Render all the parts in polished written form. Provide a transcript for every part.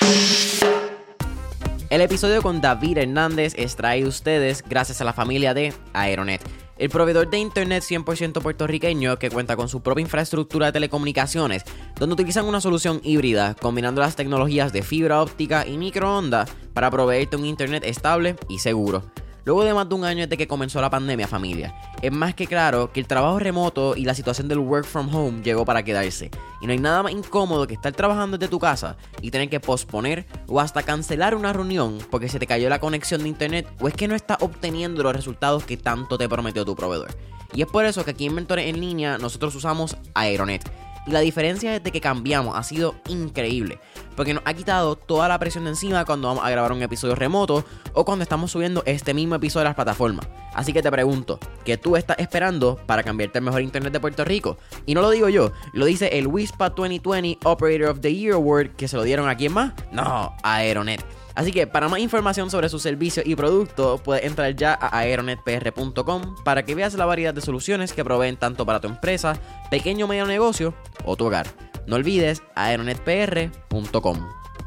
El episodio con David Hernández es traído a ustedes gracias a la familia de Aeronet, el proveedor de internet 100% puertorriqueño que cuenta con su propia infraestructura de telecomunicaciones, donde utilizan una solución híbrida combinando las tecnologías de fibra óptica y microondas para proveerte un internet estable y seguro. Luego de más de un año desde que comenzó la pandemia, familia, es más que claro que el trabajo remoto y la situación del work from home llegó para quedarse. Y no hay nada más incómodo que estar trabajando desde tu casa y tener que posponer o hasta cancelar una reunión porque se te cayó la conexión de internet o es que no estás obteniendo los resultados que tanto te prometió tu proveedor. Y es por eso que aquí en Mentores en Línea nosotros usamos Aeronet. Y la diferencia desde que cambiamos ha sido increíble, porque nos ha quitado toda la presión de encima cuando vamos a grabar un episodio remoto o cuando estamos subiendo este mismo episodio a las plataformas. Así que te pregunto, ¿qué tú estás esperando para cambiarte al mejor internet de Puerto Rico? Y no lo digo yo, lo dice el WISPA 2020 Operator of the Year Award, que se lo dieron a ¿quién más? No, a Aeronet. Así que para más información sobre sus servicios y productos, puedes entrar ya a aeronetpr.com para que veas la variedad de soluciones que proveen tanto para tu empresa, pequeño o medio negocio o tu hogar. No olvides aeronetpr.com.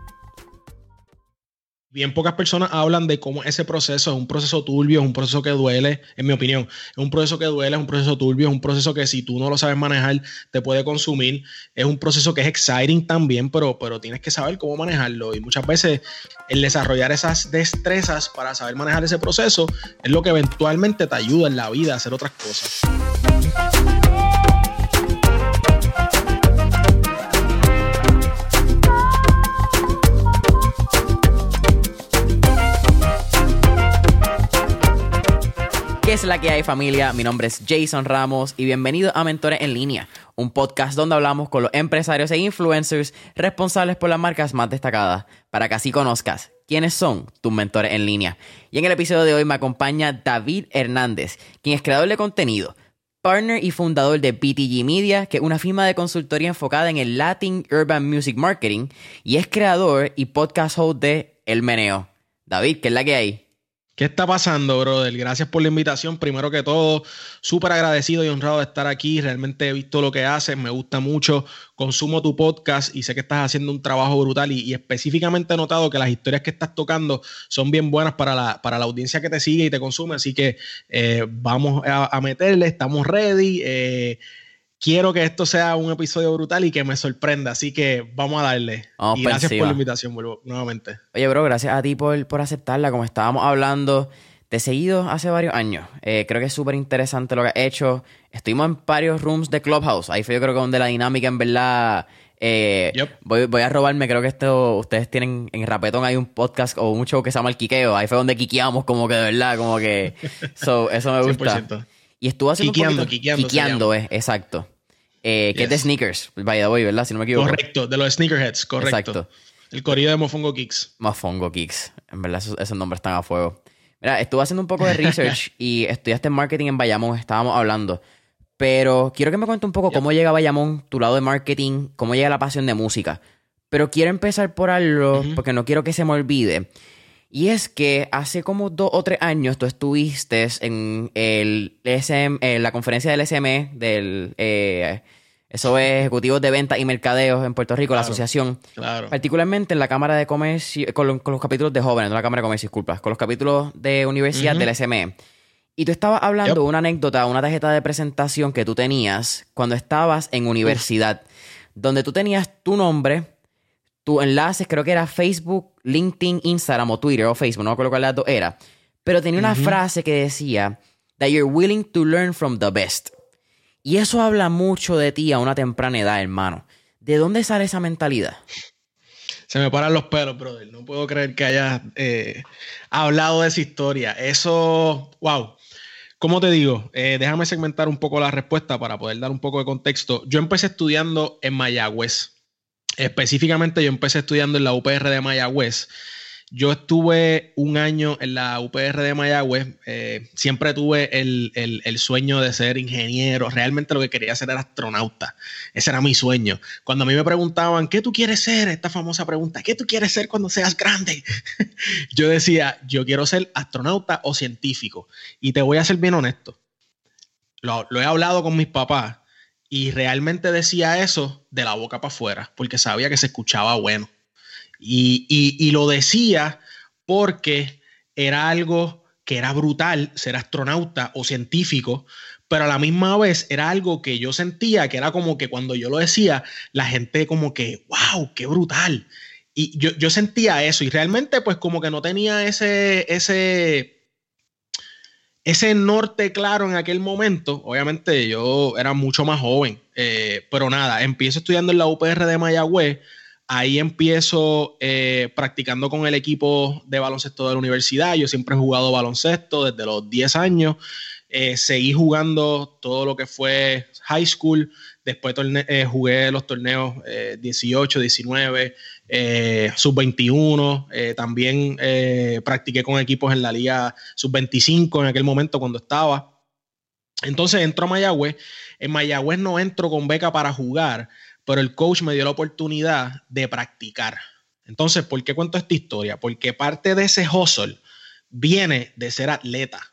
Bien pocas personas hablan de cómo ese proceso es un proceso turbio, es un proceso que duele, en mi opinión. Es un proceso que duele, es un proceso turbio, es un proceso que si tú no lo sabes manejar, te puede consumir. Es un proceso que es exciting también, pero tienes que saber cómo manejarlo. Y muchas veces el desarrollar esas destrezas para saber manejar ese proceso es lo que eventualmente te ayuda en la vida a hacer otras cosas. ¿Qué es la que hay, familia? Mi nombre es Jason Ramos y bienvenido a Mentores en Línea, un podcast donde hablamos con los empresarios e influencers responsables por las marcas más destacadas, para que así conozcas quiénes son tus mentores en línea. Y en el episodio de hoy me acompaña David Hernández, quien es creador de contenido, partner y fundador de BTG Media, que es una firma de consultoría enfocada en el Latin Urban Music Marketing, y es creador y podcast host de El Meneo. David, ¿qué es la que hay? ¿Qué está pasando, brother? Gracias por la invitación. Primero que todo, súper agradecido y honrado de estar aquí. Realmente he visto lo que haces, me gusta mucho. Consumo tu podcast y sé que estás haciendo un trabajo brutal y específicamente he notado que las historias que estás tocando son bien buenas para la audiencia que te sigue y te consume. Así que vamos a meterle, estamos ready. Quiero que esto sea un episodio brutal y que me sorprenda, así que vamos a darle. Y gracias por la invitación, vuelvo nuevamente. Oye, bro, gracias a ti por aceptarla. Como estábamos hablando, te he seguido hace varios años. Creo que es súper interesante lo que has hecho. Estuvimos en varios rooms de Clubhouse. Ahí fue yo creo que donde la dinámica en verdad... voy a robarme, creo que ustedes tienen en Rapetón hay un podcast o un show que se llama El Quiqueo. Ahí fue donde quiqueamos como que de verdad, como que... eso me gusta. 100%. Y estuvo haciendo quiqueando, exacto. Que es de sneakers, by the way, ¿verdad? Si no me equivoco. Correcto, de los sneakerheads, correcto. Exacto. El corillo de Mofongo Kicks. Mofongo Kicks. En verdad, esos nombres están a fuego. Mira, estuve haciendo un poco de research y estudiaste marketing en Bayamón, estábamos hablando. Pero quiero que me cuentes un poco cómo llega Bayamón, tu lado de marketing, cómo llega la pasión de música. Pero quiero empezar por algo, porque no quiero que se me olvide. Y es que hace como 2 o 3 años tú estuviste en la conferencia del SME, eso es Ejecutivos de Ventas y Mercadeos en Puerto Rico, claro, la asociación. Claro. Particularmente en la Cámara de Comercio, con los capítulos de jóvenes, no la Cámara de Comercio, disculpas, con los capítulos de universidad del SME. Y tú estabas hablando de una anécdota, una tarjeta de presentación que tú tenías cuando estabas en universidad, donde tú tenías tu nombre, tus enlaces, creo que era Facebook, LinkedIn, Instagram o Twitter o Facebook, no me acuerdo cuál de las dos era. Pero tenía una frase que decía that you're willing to learn from the best. Y eso habla mucho de ti a una temprana edad, hermano. ¿De dónde sale esa mentalidad? Se me paran los pelos, brother. No puedo creer que hayas hablado de esa historia. Eso, wow. ¿Cómo te digo? Déjame segmentar un poco la respuesta para poder dar un poco de contexto. Yo empecé estudiando en Mayagüez. Específicamente yo empecé estudiando en la UPR de Mayagüez. Yo estuve un año en la UPR de Mayagüez. Siempre tuve el sueño de ser ingeniero. Realmente lo que quería ser era astronauta. Ese era mi sueño. Cuando a mí me preguntaban, ¿qué tú quieres ser? Esta famosa pregunta, ¿qué tú quieres ser cuando seas grande? Yo decía, yo quiero ser astronauta o científico. Y te voy a ser bien honesto. Lo he hablado con mis papás. Y realmente decía eso de la boca para afuera, porque sabía que se escuchaba bueno. Y lo decía porque era algo que era brutal ser astronauta o científico, pero a la misma vez era algo que yo sentía que era como que cuando yo lo decía, la gente como que, wow, qué brutal. Y yo sentía eso y realmente pues como que no tenía ese norte claro en aquel momento. Obviamente yo era mucho más joven, pero nada, empiezo estudiando en la UPR de Mayagüez. Ahí empiezo practicando con el equipo de baloncesto de la universidad. Yo siempre he jugado baloncesto desde los 10 años. Seguí jugando todo lo que fue high school. Después jugué los torneos 18, 19, sub-21. También practiqué con equipos en la liga sub-25 en aquel momento cuando estaba. Entonces entro a Mayagüez. En Mayagüez no entro con beca para jugar, pero el coach me dio la oportunidad de practicar. Entonces, ¿por qué cuento esta historia? Porque parte de ese hustle viene de ser atleta.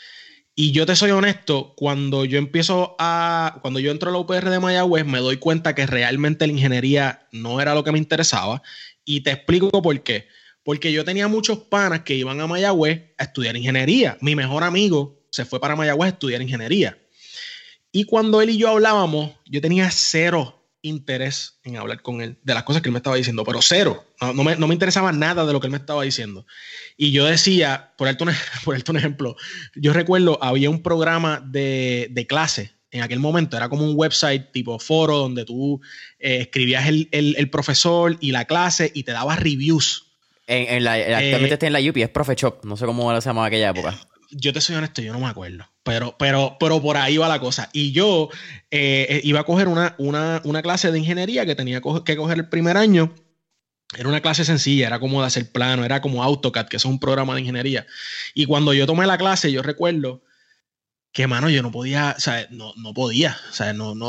Y yo te soy honesto, cuando yo entro a la UPR de Mayagüez, me doy cuenta que realmente la ingeniería no era lo que me interesaba. Y te explico por qué. Porque yo tenía muchos panas que iban a Mayagüez a estudiar ingeniería. Mi mejor amigo se fue para Mayagüez a estudiar ingeniería. Y cuando él y yo hablábamos, yo tenía cero interés en hablar con él de las cosas que él me estaba diciendo, pero cero. No me interesaba nada de lo que él me estaba diciendo. Y yo decía, por darte un ejemplo, yo recuerdo, había un programa de clase en aquel momento, era como un website tipo foro donde tú escribías el profesor y la clase y te dabas reviews. Actualmente está en la UPI, es ProfeShop, no sé cómo se llamaba aquella época. Yo te soy honesto, yo no me acuerdo, pero por ahí va la cosa. Y yo iba a coger una clase de ingeniería que tenía que coger el primer año. Era una clase sencilla, era como de hacer plano, era como AutoCAD, que es un programa de ingeniería. Y cuando yo tomé la clase, yo recuerdo que, mano, yo no podía, o sea, no podía, o sea, no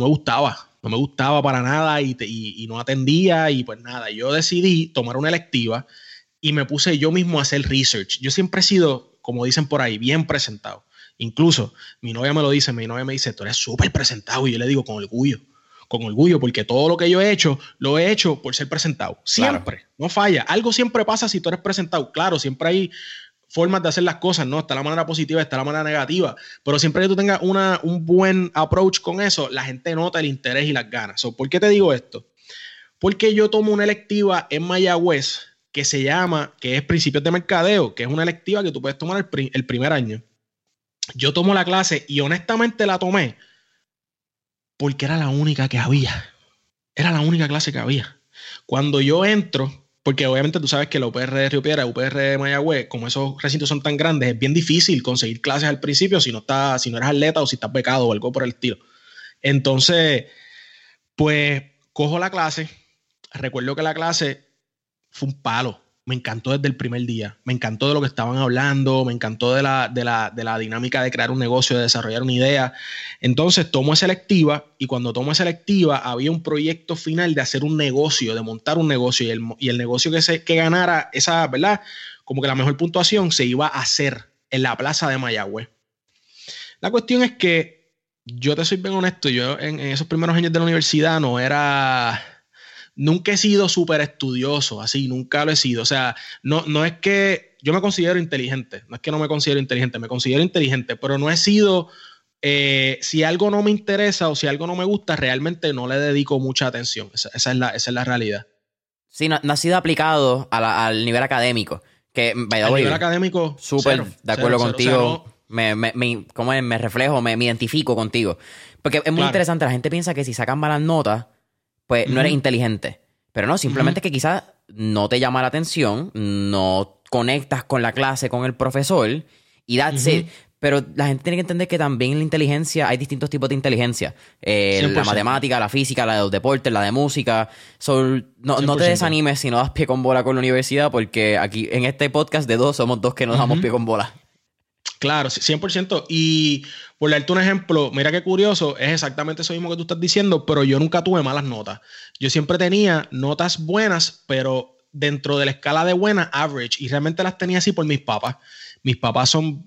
me gustaba para nada y no atendía y pues nada. Yo decidí tomar una electiva y me puse yo mismo a hacer research. Yo siempre he sido, como dicen por ahí, bien presentado. Incluso mi novia me dice, tú eres súper presentado. Y yo le digo con orgullo, porque todo lo que yo he hecho, lo he hecho por ser presentado. Siempre, claro. No falla. Algo siempre pasa si tú eres presentado. Claro, siempre hay formas de hacer las cosas, ¿no? Está la manera positiva, está la manera negativa. Pero siempre que tú tengas un buen approach con eso, la gente nota el interés y las ganas. ¿Por qué te digo esto? Porque yo tomo una electiva en Mayagüez que es Principios de Mercadeo, que es una electiva que tú puedes tomar el primer año. Yo tomo la clase y honestamente la tomé porque era la única que había. Era la única clase que había. Cuando yo entro, porque obviamente tú sabes que la UPR de Río Piedras, UPR de Mayagüez, como esos recintos son tan grandes, es bien difícil conseguir clases al principio si no eres atleta o si estás becado o algo por el estilo. Entonces, pues cojo la clase. Recuerdo que la clase fue un palo. Me encantó desde el primer día. Me encantó de lo que estaban hablando. Me encantó de la dinámica de crear un negocio, de desarrollar una idea. Entonces tomo esa electiva y cuando tomo esa electiva había un proyecto final de hacer un negocio, de montar un negocio y el negocio que ganara esa, ¿verdad? Como que la mejor puntuación se iba a hacer en la plaza de Mayagüez. La cuestión es que yo te soy bien honesto. Yo en esos primeros años de la universidad nunca he sido súper estudioso, así, nunca lo he sido. O sea, no es que yo me considero inteligente, no es que no me considero inteligente, pero no he sido, si algo no me interesa o si algo no me gusta, realmente no le dedico mucha atención. Esa es la realidad. Sí, no ha sido aplicado al nivel académico. Que, al nivel académico, súper de acuerdo contigo. O sea, me reflejo, me identifico contigo. Porque es muy interesante, la gente piensa que si sacan malas notas, pues no eres inteligente. Pero no, simplemente que quizás no te llama la atención, no conectas con la clase, con el profesor, y that's it. Pero la gente tiene que entender que también en la inteligencia hay distintos tipos de inteligencia. La matemática, la física, la de los deportes, la de música. No te desanimes si no das pie con bola con la universidad, porque aquí en este podcast de dos somos dos que no damos pie con bola. Claro, 100%. Y por darte un ejemplo, mira qué curioso, es exactamente eso mismo que tú estás diciendo, pero yo nunca tuve malas notas. Yo siempre tenía notas buenas, pero dentro de la escala de buena, average. Y realmente las tenía así por mis papás. Mis papás eran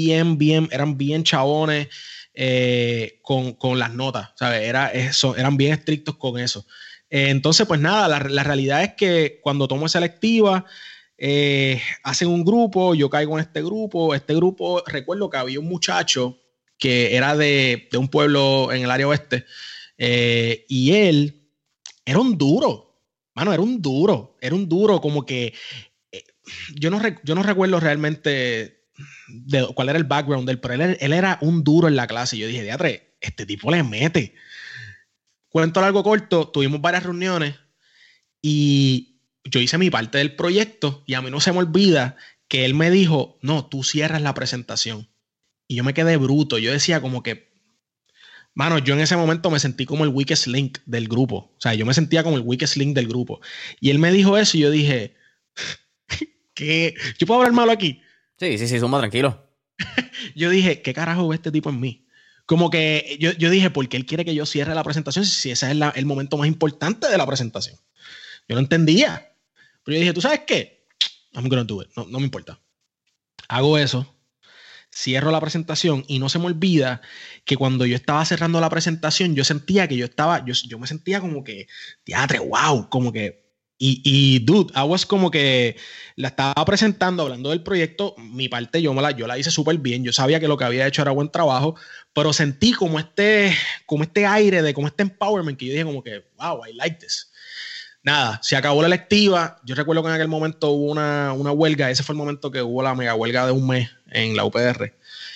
bien chabones con las notas, ¿sabes? Eran bien estrictos con eso. Entonces, pues nada, la realidad es que cuando tomo esa electiva, hacen un grupo, yo caigo en este grupo, recuerdo que había un muchacho que era de un pueblo en el área oeste, y él era un duro, mano, era un duro como que yo no recuerdo realmente cuál era el background de él, pero él era un duro en la clase. Yo dije, diatre, este tipo le mete. Cuento largo corto, tuvimos varias reuniones y yo hice mi parte del proyecto y a mí no se me olvida que él me dijo, no, tú cierras la presentación. Y yo me quedé bruto. Yo decía como que, mano, yo en ese momento me sentí como el weakest link del grupo. O sea, yo me sentía como el weakest link del grupo. Y él me dijo eso y yo dije, ¿qué? ¿Yo puedo hablar malo aquí? Sí, suma, tranquilo. Yo dije, ¿qué carajo ve este tipo en mí? Como que yo dije, ¿por qué él quiere que yo cierre la presentación si ese es el momento más importante de la presentación? Yo no entendía. Pero yo dije, ¿tú sabes qué? I'm gonna do it. No me importa. Hago eso, cierro la presentación y no se me olvida que cuando yo estaba cerrando la presentación, yo sentía que yo me sentía como que, teatre, wow, como que, dude, I was como que la estaba presentando, hablando del proyecto, mi parte yo la hice súper bien, yo sabía que lo que había hecho era buen trabajo, pero sentí como este aire como este empowerment que yo dije como que, wow, I like this. Nada, se acabó la electiva. Yo recuerdo que en aquel momento hubo una huelga. Ese fue el momento que hubo la mega huelga de un mes en la UPR.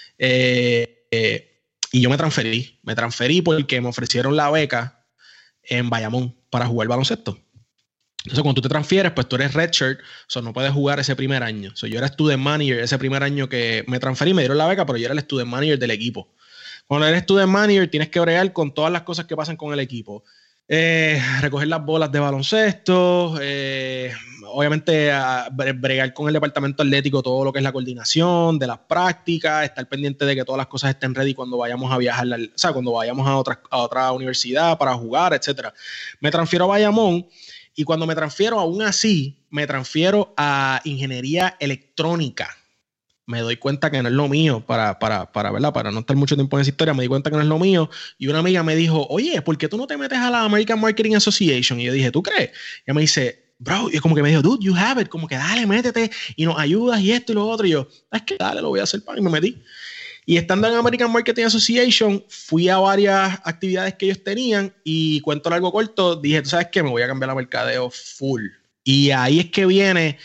Y yo me transferí porque me ofrecieron la beca en Bayamón para jugar baloncesto. Entonces, cuando tú te transfieres, pues tú eres redshirt, no puedes jugar ese primer año. Yo era student manager ese primer año que me transferí, me dieron la beca, pero yo era el student manager del equipo. Cuando eres student manager, tienes que bregar con todas las cosas que pasan con el equipo. Recoger las bolas de baloncesto, obviamente bregar con el departamento atlético todo lo que es la coordinación de las prácticas, estar pendiente de que todas las cosas estén ready cuando vayamos a viajar, cuando vayamos a otra universidad para jugar, etcétera. Me transfiero a Bayamón y cuando me transfiero, aún así, me transfiero a ingeniería electrónica. Me doy cuenta que no es lo mío, ¿verdad? Para no estar mucho tiempo en esa historia, me di cuenta que no es lo mío. Y una amiga me dijo, oye, ¿por qué tú no te metes a la American Marketing Association? Y yo dije, ¿tú crees? Y ella me dice, bro, y como que me dijo, dude, you have it, como que dale, métete y nos ayudas y esto y lo otro. Y yo, es que dale, lo voy a hacer, y me metí. Y estando en American Marketing Association, fui a varias actividades que ellos tenían y cuento largo corto, dije, ¿tú sabes qué? Me voy a cambiar a mercadeo full. Y ahí es que viene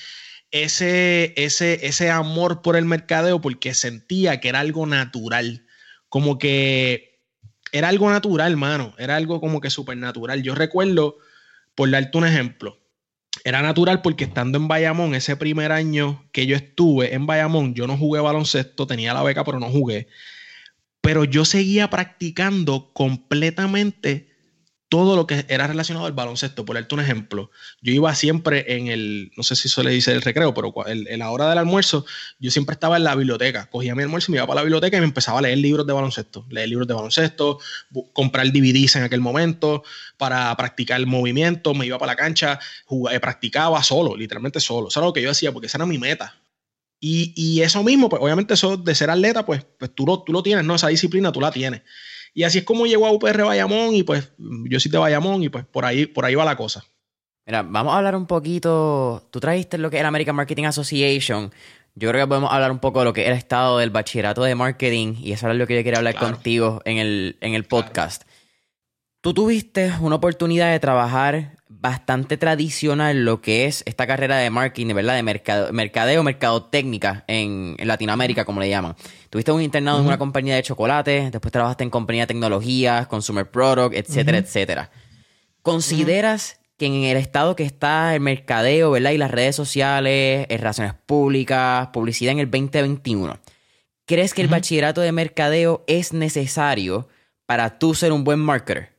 ese amor por el mercadeo, porque sentía que era algo natural, como que era algo natural, mano, era algo como que súper natural. Yo recuerdo, por darte un ejemplo, era natural porque estando en Bayamón, ese primer año que yo estuve en Bayamón, yo no jugué baloncesto, tenía la beca, pero no jugué, pero yo seguía practicando completamente todo lo que era relacionado al baloncesto. Por darte un ejemplo, yo iba siempre no sé si eso le dice el recreo, pero en la hora del almuerzo, yo siempre estaba en la biblioteca. Cogía mi almuerzo y me iba para la biblioteca y me empezaba a leer libros de baloncesto. Comprar DVDs en aquel momento para practicar el movimiento. Me iba para la cancha, practicaba solo, literalmente solo. Eso era lo que yo hacía porque esa era mi meta. Y eso mismo, pues obviamente eso de ser atleta, pues tú lo tienes, ¿no? Esa disciplina tú la tienes. Y así es como llegó a UPR Bayamón y pues yo soy de Bayamón y pues por ahí va la cosa. Mira, vamos a hablar un poquito, tú trajiste lo que es la American Marketing Association, yo creo que podemos hablar un poco de lo que es el estado del bachillerato de marketing y eso es lo que yo quería hablar contigo en el podcast. Tú tuviste una oportunidad de trabajar bastante tradicional lo que es esta carrera de marketing, ¿verdad? De mercadeo, mercadotecnia en Latinoamérica, como le llaman. Tuviste un internado en una compañía de chocolate, después trabajaste en compañía de tecnología, consumer product, etcétera, etcétera. ¿Consideras que en el estado que está el mercadeo, ¿verdad? Y las redes sociales, relaciones públicas, publicidad en el 2021, ¿crees que el bachillerato de mercadeo es necesario para tú ser un buen marketer?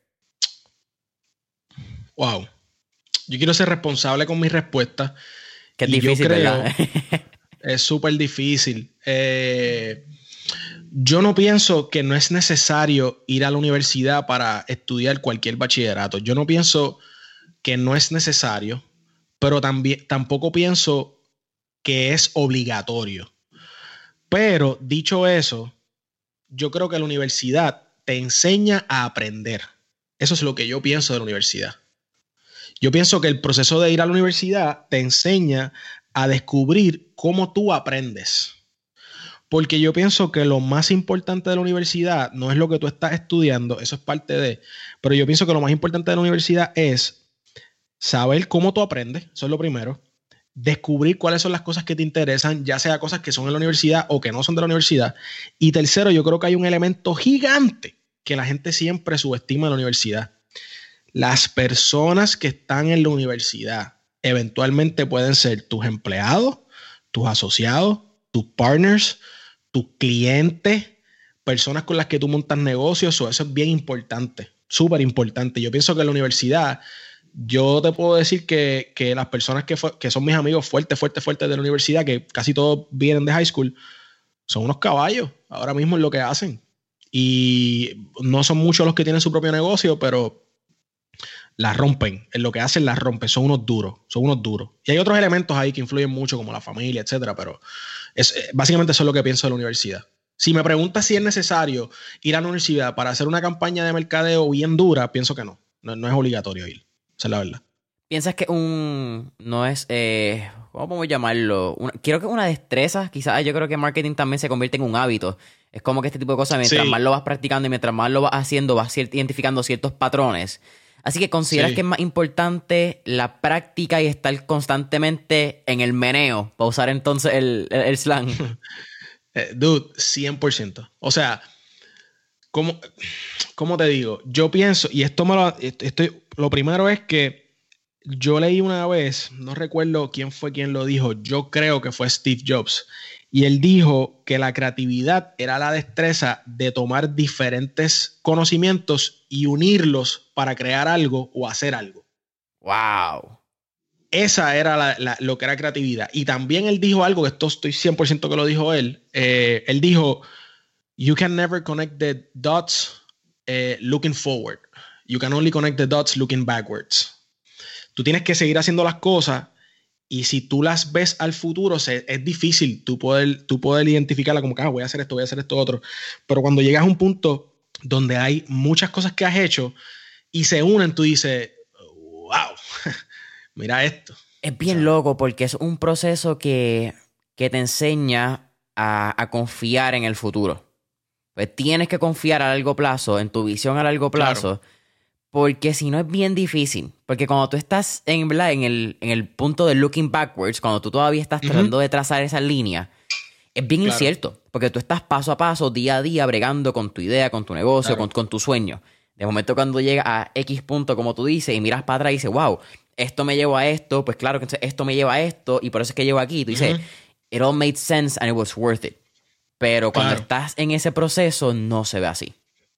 Wow. Yo quiero ser responsable con mi respuesta. Que es difícil, ¿verdad? Es súper difícil. Yo no pienso que no es necesario ir a la universidad para estudiar cualquier bachillerato. Yo no pienso que no es necesario, pero tampoco pienso que es obligatorio. Pero dicho eso, yo creo que la universidad te enseña a aprender. Eso es lo que yo pienso de la universidad. Yo pienso que el proceso de ir a la universidad te enseña a descubrir cómo tú aprendes. Porque yo pienso que lo más importante de la universidad no es lo que tú estás estudiando, eso es parte de, pero yo pienso que lo más importante de la universidad es saber cómo tú aprendes, eso es lo primero, descubrir cuáles son las cosas que te interesan, ya sea cosas que son en la universidad o que no son de la universidad. Y tercero, yo creo que hay un elemento gigante que la gente siempre subestima en la universidad. Las personas que están en la universidad eventualmente pueden ser tus empleados, tus asociados, tus partners, tus clientes, personas con las que tú montas negocios. Eso es bien importante, súper importante. Yo pienso que en la universidad, yo te puedo decir que las personas que son mis amigos fuertes de la universidad, que casi todos vienen de high school, son unos caballos ahora mismo en lo que hacen. Y no son muchos los que tienen su propio negocio, pero la rompen, en lo que hacen la rompen, son unos duros. Y hay otros elementos ahí que influyen mucho, como la familia, etcétera, pero básicamente eso es lo que pienso de la universidad. Si me preguntas si es necesario ir a la universidad para hacer una campaña de mercadeo bien dura, pienso que no es obligatorio ir, esa es la verdad. ¿Piensas que no es, ¿cómo podemos llamarlo? Quiero que una destreza, quizás yo creo que marketing también se convierte en un hábito. Es como que este tipo de cosas, mientras más lo vas practicando y mientras más lo vas haciendo, vas identificando ciertos patrones. Así que ¿consideras que es más importante la práctica y estar constantemente en el meneo? Para usar entonces el slang. Dude, 100%. O sea, ¿cómo te digo? Yo pienso, y lo primero es que yo leí una vez, no recuerdo quién fue quien lo dijo, yo creo que fue Steve Jobs, y él dijo que la creatividad era la destreza de tomar diferentes conocimientos y unirlos para crear algo o hacer algo. ¡Wow! Esa era lo que era creatividad. Y también él dijo algo, que esto estoy 100% que lo dijo él. Él dijo, you can never connect the dots looking forward. You can only connect the dots looking backwards. Tú tienes que seguir haciendo las cosas y si tú las ves al futuro, es difícil tú poder identificarla como que voy a hacer esto otro. Pero cuando llegas a un punto donde hay muchas cosas que has hecho y se unen, tú dices, wow, mira esto. Es bien loco porque es un proceso que te enseña a confiar en el futuro. Pues tienes que confiar a largo plazo, en tu visión a largo plazo, claro. Porque si no es bien difícil. Porque cuando tú estás en el punto de looking backwards, cuando tú todavía estás tratando de trazar esa línea, es bien incierto. Porque tú estás paso a paso, día a día, bregando con tu idea, con tu negocio, con tu sueño. De momento cuando llegas a X punto, como tú dices, y miras para atrás y dices, wow, esto me llevó a esto, pues claro que esto me lleva a esto, y por eso es que llego aquí. Y tú dices, it all made sense and it was worth it. Pero cuando estás en ese proceso, no se ve así.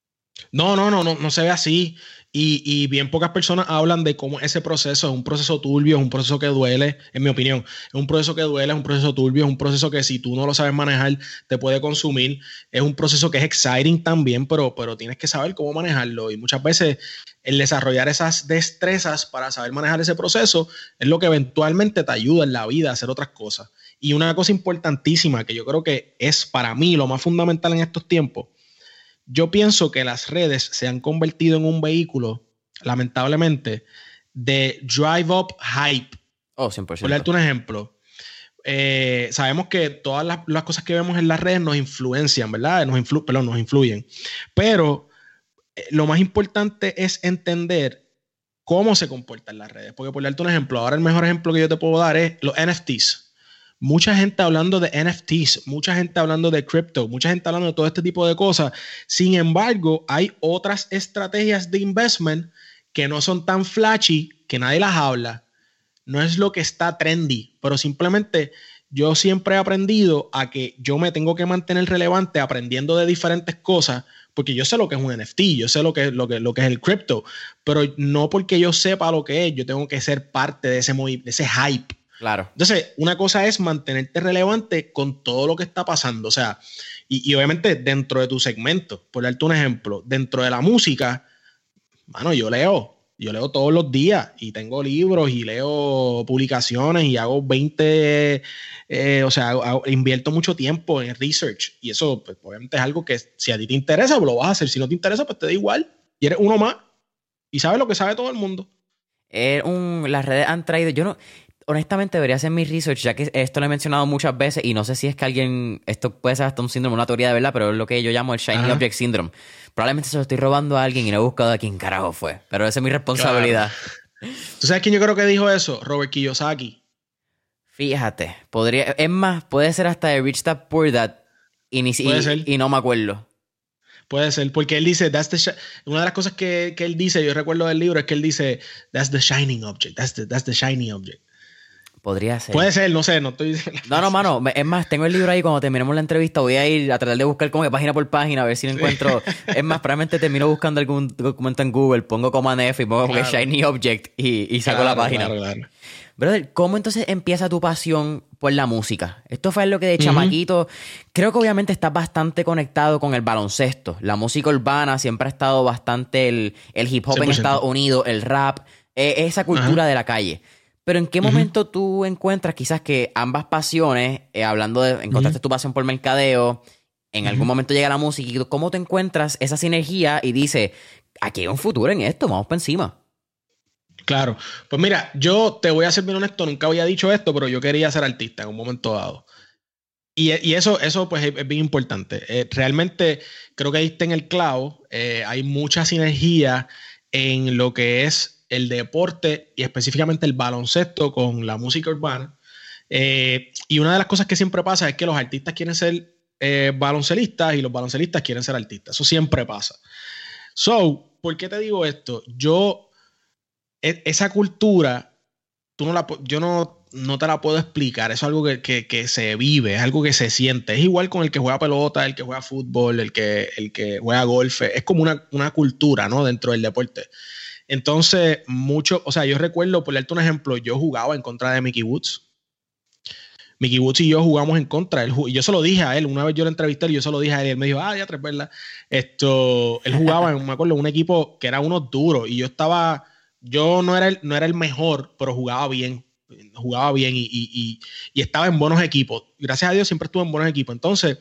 No se ve así. Y bien pocas personas hablan de cómo ese proceso es un proceso turbio, es un proceso que duele, en mi opinión. Es un proceso que duele, es un proceso turbio, es un proceso que si tú no lo sabes manejar, te puede consumir. Es un proceso que es exciting también, pero tienes que saber cómo manejarlo. Y muchas veces el desarrollar esas destrezas para saber manejar ese proceso es lo que eventualmente te ayuda en la vida a hacer otras cosas. Y una cosa importantísima que yo creo que es para mí lo más fundamental en estos tiempos, yo pienso que las redes se han convertido en un vehículo, lamentablemente, de drive up hype. Oh, 100%. Por darte un ejemplo, sabemos que todas las cosas que vemos en las redes nos influencian, ¿verdad? Nos influyen. Pero lo más importante es entender cómo se comportan las redes. Porque por darte un ejemplo, ahora el mejor ejemplo que yo te puedo dar es los NFTs. Mucha gente hablando de NFTs, mucha gente hablando de crypto, mucha gente hablando de todo este tipo de cosas. Sin embargo, hay otras estrategias de investment que no son tan flashy, que nadie las habla. No es lo que está trendy, pero simplemente yo siempre he aprendido a que yo me tengo que mantener relevante aprendiendo de diferentes cosas, porque yo sé lo que es un NFT, yo sé lo que es el crypto, pero no porque yo sepa lo que es, yo tengo que ser parte de ese hype. Claro. Entonces, una cosa es mantenerte relevante con todo lo que está pasando. O sea, y obviamente dentro de tu segmento, por darte un ejemplo, dentro de la música, mano, yo leo todos los días y tengo libros y leo publicaciones y hago 20, invierto mucho tiempo en research y eso, pues, obviamente es algo que si a ti te interesa, pues lo vas a hacer. Si no te interesa, pues te da igual y eres uno más y sabes lo que sabe todo el mundo. Las redes han traído... Yo no... Honestamente debería hacer mi research, ya que esto lo he mencionado muchas veces y no sé si es que alguien... Esto puede ser hasta un síndrome, una teoría de verdad, pero es lo que yo llamo el Shiny Object Syndrome. Probablemente se lo estoy robando a alguien y no he buscado a quién carajo fue. Pero esa es mi responsabilidad. Claro. ¿Tú sabes quién yo creo que dijo eso? Robert Kiyosaki. Fíjate, podría... Es más, puede ser hasta de Rich Dad Poor Dad y no me acuerdo. Puede ser, porque él dice, una de las cosas que él dice, yo recuerdo del libro, es que él dice, that's the shining object, that's the shiny object. Podría ser. Puede ser, no sé, no estoy... No, mano, es más, tengo el libro ahí, cuando terminemos la entrevista voy a ir a tratar de buscar como que página por página, a ver si lo encuentro. Es más, probablemente termino buscando algún documento en Google, pongo Command F y pongo como que Shiny Object y saco la página. Claro. Brother, ¿cómo entonces empieza tu pasión por la música? Esto fue lo que de chamaquito... Creo que obviamente estás bastante conectado con el baloncesto. La música urbana siempre ha estado bastante... El hip hop 100%. En Estados Unidos, el rap, esa cultura de la calle. Pero ¿en qué momento tú encuentras quizás que ambas pasiones, encontraste tu pasión por mercadeo, en algún momento llega la música y cómo te encuentras esa sinergia y dices, aquí hay un futuro en esto, vamos para encima? Claro. Pues mira, yo te voy a ser bien honesto, nunca había dicho esto, pero yo quería ser artista en un momento dado. Y eso pues es bien importante. Realmente creo que diste en el clavo. Hay mucha sinergia en lo que es el deporte y específicamente el baloncesto con la música urbana. Y una de las cosas que siempre pasa es que los artistas quieren ser baloncelistas y los baloncelistas quieren ser artistas. Eso siempre pasa. So, ¿por qué te digo esto? Esa cultura, yo no te la puedo explicar. Eso es algo que se vive, es algo que se siente. Es igual con el que juega pelota, el que juega fútbol, el que juega golf. Es como una cultura, ¿no? Dentro del deporte. Entonces, yo recuerdo, por darte un ejemplo, yo jugaba en contra de Mickey Woods. Mickey Woods y yo jugamos en contra. Y yo se lo dije a él, una vez yo lo entrevisté y yo se lo dije a él. Y él me dijo, ya tres, ¿verdad? Él jugaba, me acuerdo, en un equipo que era uno duro. Y yo no era el mejor, pero jugaba bien. Jugaba bien y estaba en buenos equipos. Gracias a Dios siempre estuve en buenos equipos. Entonces,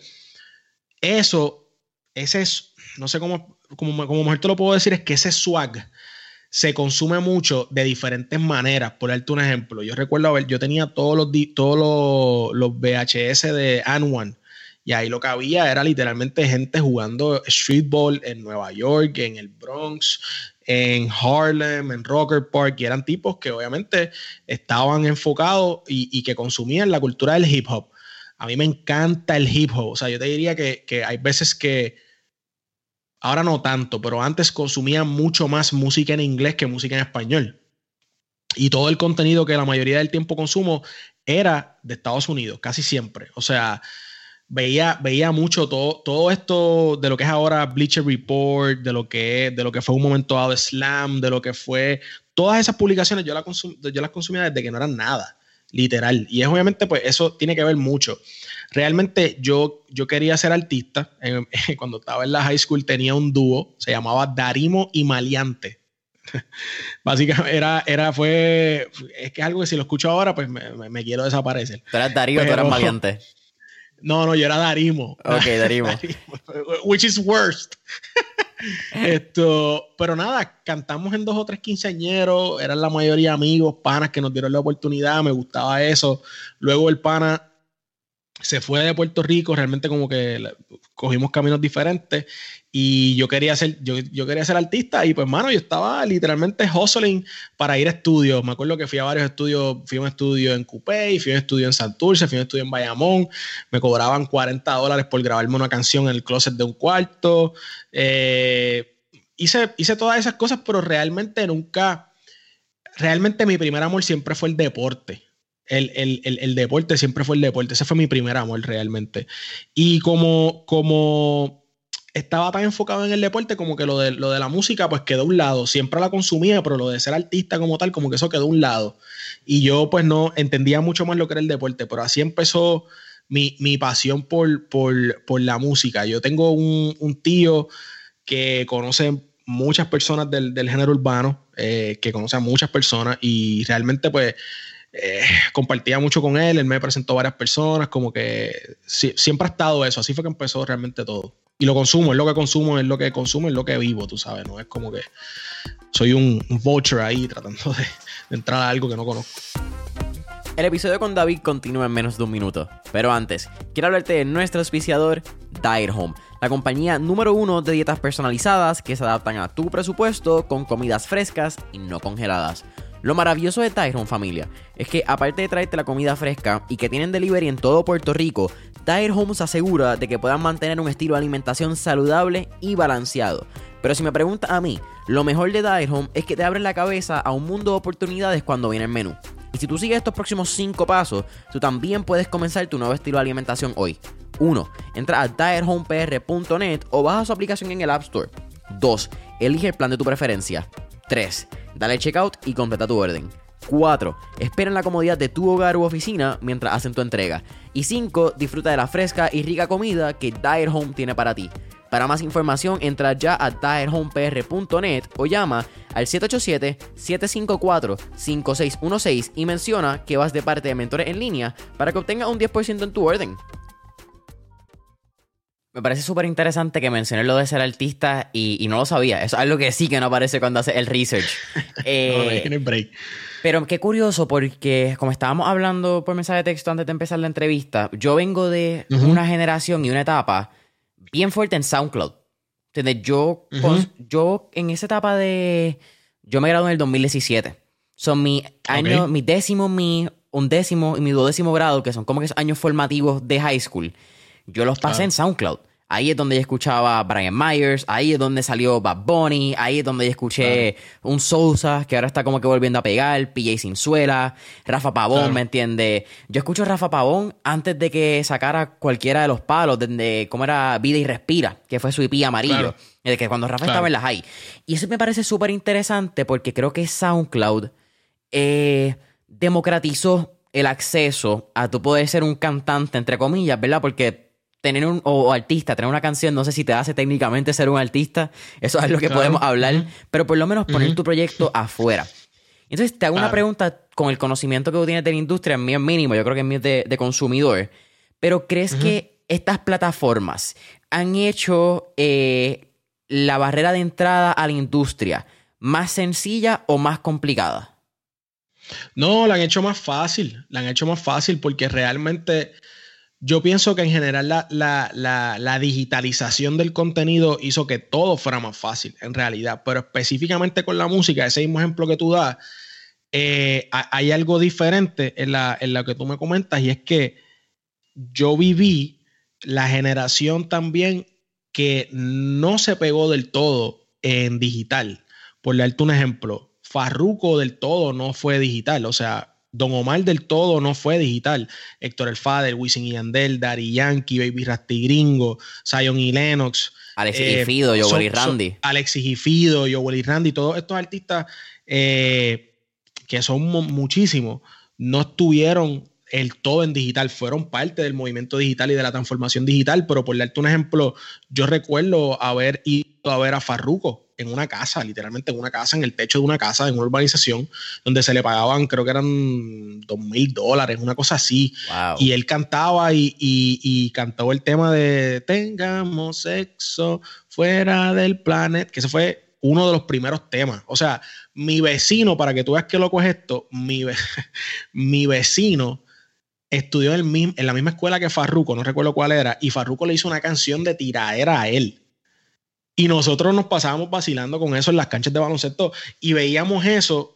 ese es, no sé cómo mejor te lo puedo decir, es que ese swag se consume mucho de diferentes maneras. Por darte un ejemplo, yo recuerdo yo tenía todos los VHS de And1 y ahí lo que había era literalmente gente jugando streetball en Nueva York, en el Bronx, en Harlem, en Rocker Park, y eran tipos que obviamente estaban enfocados y que consumían la cultura del hip hop. A mí me encanta el hip hop. O sea, yo te diría que hay veces que ahora no tanto, pero antes consumía mucho más música en inglés que música en español. Y todo el contenido que la mayoría del tiempo consumo era de Estados Unidos, casi siempre. O sea, veía mucho todo esto de lo que es ahora Bleacher Report, de lo que fue un momento dado Slam, de lo que fue... Todas esas publicaciones yo las consumía desde que no eran nada, literal. Y es obviamente, pues, eso tiene que ver mucho. Realmente yo quería ser artista. Cuando estaba en la high school tenía un dúo, se llamaba Darimo y Maleante. Básicamente es que es algo que si lo escucho ahora, pues me quiero desaparecer. ¿Tú eras Darío o tú eras Maleante? No, yo era Darimo. Ok, Darimo. Which is worst. Pero nada, cantamos en 2 o 3 quinceañeros, eran la mayoría amigos, panas que nos dieron la oportunidad, me gustaba eso. Luego el pana se fue de Puerto Rico, realmente como que cogimos caminos diferentes y yo quería ser artista y pues mano, yo estaba literalmente hustling para ir a estudios. Me acuerdo que fui a varios estudios, fui a un estudio en Coupey, fui a un estudio en Santurce, fui a un estudio en Bayamón, me cobraban $40 por grabarme una canción en el closet de un cuarto. Hice todas esas cosas, pero realmente mi primer amor siempre fue el deporte. El deporte siempre fue el deporte. Ese fue mi primer amor realmente. Y como estaba tan enfocado en el deporte, como que lo de la música pues quedó a un lado. Siempre la consumía, pero lo de ser artista como tal, como que eso quedó a un lado. Y yo pues no entendía mucho más lo que era el deporte, pero así empezó mi pasión por la música. Yo tengo un tío que conoce muchas personas del género urbano, que conoce a muchas personas y realmente pues compartía mucho con él me presentó varias personas, como que siempre ha estado eso, así fue que empezó realmente todo. Y lo consumo, es lo que consumo, es lo que consumo, es lo que vivo, tú sabes, no es como que soy un vulture ahí tratando de entrar a algo que no conozco. El episodio con David continúa en menos de un minuto, pero antes, quiero hablarte de nuestro auspiciador, Diet Home, la compañía número 1 de dietas personalizadas que se adaptan a tu presupuesto con comidas frescas y no congeladas. Lo maravilloso de Diet Home, familia, es que aparte de traerte la comida fresca y que tienen delivery en todo Puerto Rico, Diet Home se asegura de que puedan mantener un estilo de alimentación saludable y balanceado. Pero si me preguntas a mí, lo mejor de Diet Home es que te abren la cabeza a un mundo de oportunidades cuando viene el menú. Y si tú sigues estos próximos 5 pasos, tú también puedes comenzar tu nuevo estilo de alimentación hoy. 1. Entra a diethomepr.net o baja su aplicación en el App Store. 2. Elige el plan de tu preferencia. 3. Dale checkout y completa tu orden. 4. Espera en la comodidad de tu hogar u oficina mientras hacen tu entrega. Y 5. Disfruta de la fresca y rica comida que Diet Home tiene para ti. Para más información, entra ya a diethomepr.net o llama al 787-754-5616 y menciona que vas de parte de Mentores en Línea para que obtengas un 10% en tu orden. Me parece súper interesante que menciones lo de ser artista y no lo sabía. Eso es algo que sí que no aparece cuando haces el research. No tiene break. Pero qué curioso porque como estábamos hablando por mensaje de texto antes de empezar la entrevista, yo vengo de una generación y una etapa bien fuerte en SoundCloud. ¿Entiendes? Yo en esa etapa de... Yo me gradué en el 2017. Son mi año, mi décimo, mi undécimo y mi duodécimo grado, que son como que esos años formativos de high school. Yo los pasé en SoundCloud. Ahí es donde yo escuchaba a Brian Myers, ahí es donde salió Bad Bunny, ahí es donde yo escuché un Sousa, que ahora está como que volviendo a pegar, PJ Sinzuela, Rafa Pavón, ¿me entiendes? Yo escucho a Rafa Pavón antes de que sacara cualquiera de los palos, desde cómo era Vida y Respira, que fue su EP amarillo, de que cuando Rafa estaba en la high. Y eso me parece súper interesante porque creo que SoundCloud democratizó el acceso a tú poder ser un cantante, entre comillas, ¿verdad? Porque tener artista, tener una canción, no sé si te hace técnicamente ser un artista, eso es lo que podemos hablar, pero por lo menos poner tu proyecto afuera. Entonces te hago una pregunta con el conocimiento que tú tienes de la industria, mío es mínimo, yo creo que es mío de consumidor, pero ¿crees que estas plataformas han hecho la barrera de entrada a la industria más sencilla o más complicada? No, la han hecho más fácil, porque realmente... Yo pienso que en general la digitalización del contenido hizo que todo fuera más fácil, en realidad. Pero específicamente con la música, ese mismo ejemplo que tú das, hay algo diferente en lo que tú me comentas, y es que yo viví la generación también que no se pegó del todo en digital. Por darte un ejemplo, Farruko del todo no fue digital, o sea... Don Omar del todo no fue digital. Héctor el Father, Wisin y Yandel, Daddy Yankee, Baby Rasty Gringo, Zion y Lennox. Alexis y Fido, Joel y Randy. Alexis y Fido, Joel y Randy, todos estos artistas que son muchísimos, no estuvieron el todo en digital, fueron parte del movimiento digital y de la transformación digital, pero por darte un ejemplo, yo recuerdo haber ido a ver a Farruko en una casa, literalmente en una casa, en el techo de una casa, en una urbanización, donde se le pagaban, creo que eran $2,000, una cosa así. Wow. Y él cantaba y cantó el tema de Tengamos sexo fuera del planeta, que ese fue uno de los primeros temas. O sea, mi vecino, para que tú veas qué loco es esto, mi vecino estudió en la misma escuela que Farruko, no recuerdo cuál era, y Farruko le hizo una canción de tiradera a él. Y nosotros nos pasábamos vacilando con eso en las canchas de baloncesto y veíamos eso,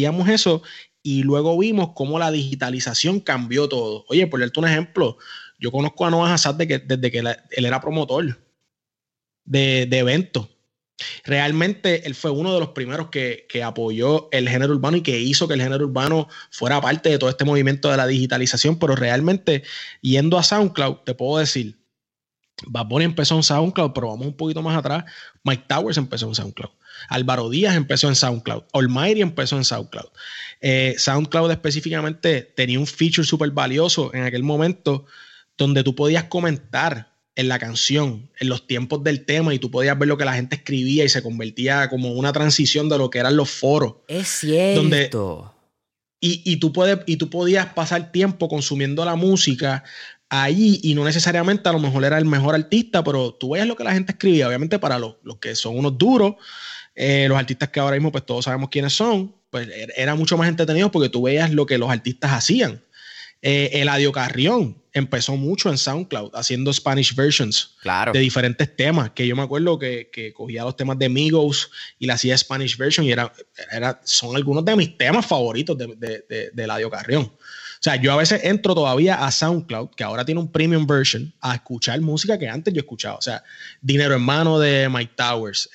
y luego vimos cómo la digitalización cambió todo. Oye, por darte un ejemplo, yo conozco a Noah Hassad desde que él era promotor de eventos. Realmente él fue uno de los primeros que apoyó el género urbano y que hizo que el género urbano fuera parte de todo este movimiento de la digitalización, pero realmente yendo a SoundCloud, te puedo decir, Bad Bunny empezó en SoundCloud, pero vamos un poquito más atrás. Mike Towers empezó en SoundCloud. Álvaro Díaz empezó en SoundCloud. Almighty empezó en SoundCloud. SoundCloud específicamente tenía un feature súper valioso en aquel momento donde tú podías comentar en la canción, en los tiempos del tema, y tú podías ver lo que la gente escribía y se convertía como una transición de lo que eran los foros. Es cierto. Y tú podías pasar tiempo consumiendo la música allí y no necesariamente a lo mejor era el mejor artista, pero tú veías lo que la gente escribía, obviamente para los que son unos duros, los artistas que ahora mismo pues todos sabemos quiénes son, pues era mucho más entretenido porque tú veías lo que los artistas hacían. Eladio Carrión empezó mucho en SoundCloud haciendo Spanish versions de diferentes temas, que yo me acuerdo que cogía los temas de Migos y le hacía Spanish version y son algunos de mis temas favoritos de Eladio Carrión. O sea, yo a veces entro todavía a SoundCloud, que ahora tiene un premium version, a escuchar música que antes yo escuchaba. O sea, Dinero Hermano de Mike Towers,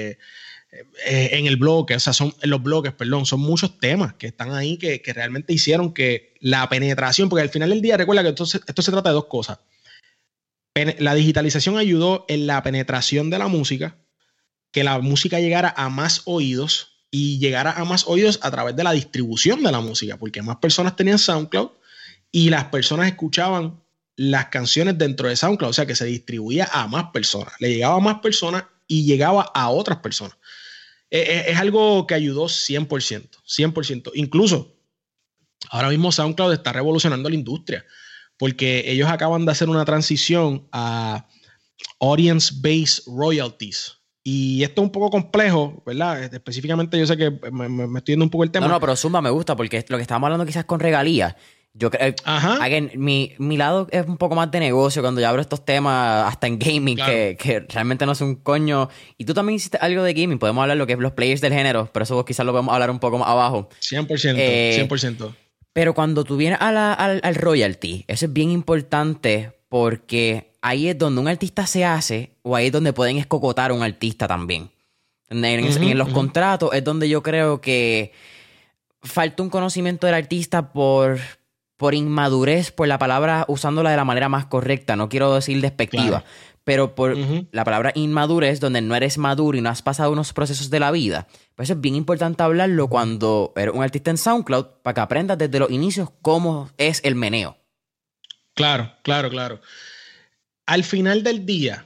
en el bloque, o sea, en los bloques, perdón, son muchos temas que están ahí que realmente hicieron que la penetración, porque al final del día, recuerda que esto se trata de dos cosas. La digitalización ayudó en la penetración de la música, que la música llegara a más oídos y llegara a más oídos a través de la distribución de la música, porque más personas tenían SoundCloud y las personas escuchaban las canciones dentro de SoundCloud, o sea que se distribuía a más personas, le llegaba a más personas y llegaba a otras personas. Es algo que ayudó 100%, 100%. Incluso ahora mismo SoundCloud está revolucionando la industria porque ellos acaban de hacer una transición a audience-based royalties. Y esto es un poco complejo, ¿verdad? Específicamente yo sé que me estoy yendo un poco el tema. No, pero Zumba me gusta porque lo que estábamos hablando quizás con regalías. Yo creo, again, mi lado es un poco más de negocio cuando yo abro estos temas hasta en gaming, claro, que realmente no es un coño. Y tú también hiciste algo de gaming, podemos hablar de lo que es los players del género, pero eso quizás lo podemos hablar un poco más abajo. 100%, 100%. Pero cuando tú vienes al royalty, eso es bien importante porque ahí es donde un artista se hace o ahí es donde pueden escocotar a un artista también. En los contratos es donde yo creo que falta un conocimiento del artista por inmadurez, por la palabra, usándola de la manera más correcta, no quiero decir despectiva, claro, pero por la palabra inmadurez, donde no eres maduro y no has pasado unos procesos de la vida. Por eso es bien importante hablarlo cuando eres un artista en SoundCloud, para que aprendas desde los inicios cómo es el meneo. Claro. Al final del día,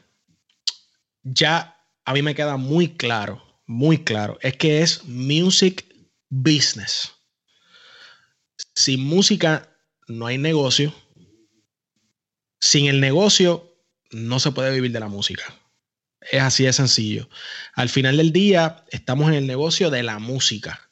ya a mí me queda muy claro, es que es music business. Sin música no hay negocio. Sin el negocio no se puede vivir de la música. Es así de sencillo. Al final del día estamos en el negocio de la música.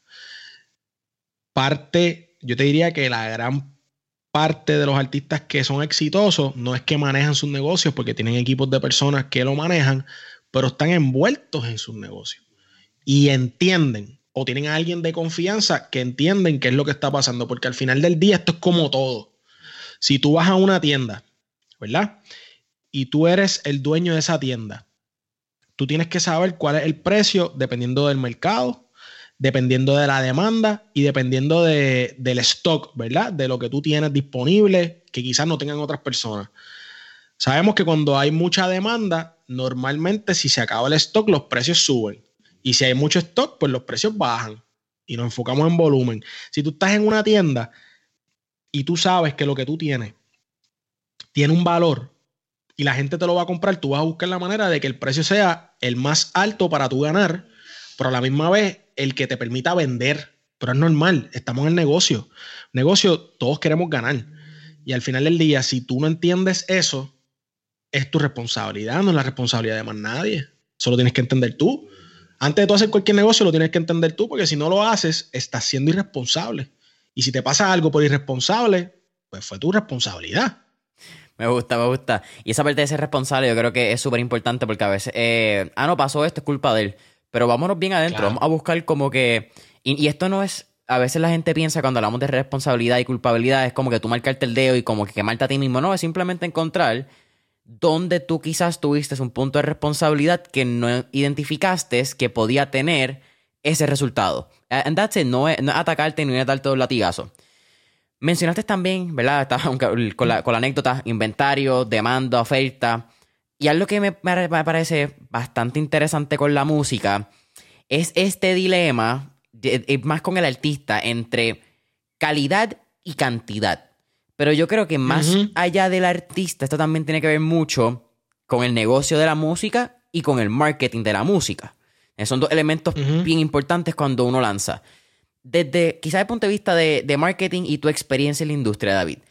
Yo te diría que la gran parte de los artistas que son exitosos no es que manejan sus negocios porque tienen equipos de personas que lo manejan, pero están envueltos en sus negocios y entienden o tienen a alguien de confianza que entienden qué es lo que está pasando, porque al final del día esto es como todo. Si tú vas a una tienda, ¿verdad? Y tú eres el dueño de esa tienda, tú tienes que saber cuál es el precio dependiendo del mercado, dependiendo de la demanda y dependiendo del stock, ¿verdad? De lo que tú tienes disponible, que quizás no tengan otras personas. Sabemos que cuando hay mucha demanda, normalmente si se acaba el stock, los precios suben. Y si hay mucho stock, pues los precios bajan y nos enfocamos en volumen. Si tú estás en una tienda y tú sabes que lo que tú tienes tiene un valor y la gente te lo va a comprar, tú vas a buscar la manera de que el precio sea el más alto para tú ganar, pero a la misma vez el que te permita vender. Pero es normal, estamos en el negocio. Negocio, todos queremos ganar. Y al final del día, si tú no entiendes eso, es tu responsabilidad, no es la responsabilidad de más nadie. Eso lo tienes que entender tú. Antes de tú hacer cualquier negocio, lo tienes que entender tú, porque si no lo haces, estás siendo irresponsable. Y si te pasa algo por irresponsable, pues fue tu responsabilidad. Me gusta. Y esa parte de ser responsable yo creo que es súper importante porque a veces, no pasó esto, es culpa de él. Pero vámonos bien adentro, claro, vamos a buscar como que... Y esto no es... A veces la gente piensa cuando hablamos de responsabilidad y culpabilidad es como que tú marcarte el dedo y como que quemarte a ti mismo. No, es simplemente encontrar donde tú quizás tuviste un punto de responsabilidad que no identificaste que podía tener ese resultado. And that's it, no es atacarte ni es darte un latigazo. Mencionaste también, ¿verdad? Con la anécdota, inventario, demanda, oferta. Y algo que me parece bastante interesante con la música es este dilema, más con el artista, entre calidad y cantidad. Pero yo creo que más allá del artista, esto también tiene que ver mucho con el negocio de la música y con el marketing de la música. Son dos elementos bien importantes cuando uno lanza. Desde quizás el punto de vista de marketing y tu experiencia en la industria, David,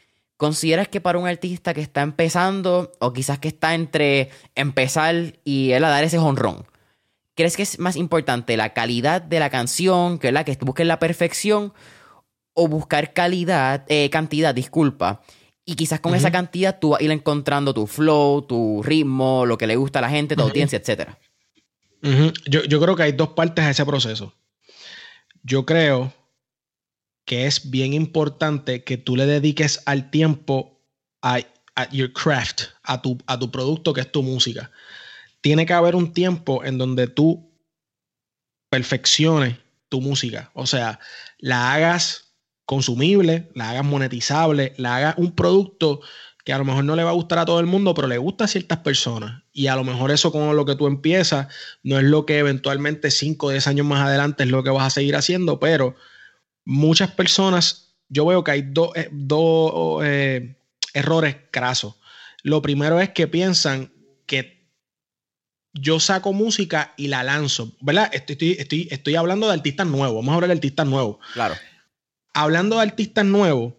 ¿consideras que para un artista que está empezando o quizás que está entre empezar y él a dar ese jonrón, crees que es más importante la calidad de la canción, que busques la perfección o buscar cantidad, disculpa, y quizás con esa cantidad tú vas a ir encontrando tu flow, tu ritmo, lo que le gusta a la gente, tu audiencia, etcétera? Yo creo que hay dos partes a ese proceso. Yo creo que es bien importante que tú le dediques al tiempo a your craft, a tu producto, que es tu música. Tiene que haber un tiempo en donde tú perfecciones tu música. O sea, la hagas consumible, la hagas monetizable, la hagas un producto que a lo mejor no le va a gustar a todo el mundo, pero le gusta a ciertas personas. Y a lo mejor eso con lo que tú empiezas no es lo que eventualmente 5 o 10 años más adelante es lo que vas a seguir haciendo, pero muchas personas, yo veo que hay dos errores crasos. Lo primero es que piensan que yo saco música y la lanzo, ¿verdad? Estoy hablando de artistas nuevos. Vamos a hablar de artistas nuevos. Claro. Hablando de artistas nuevos,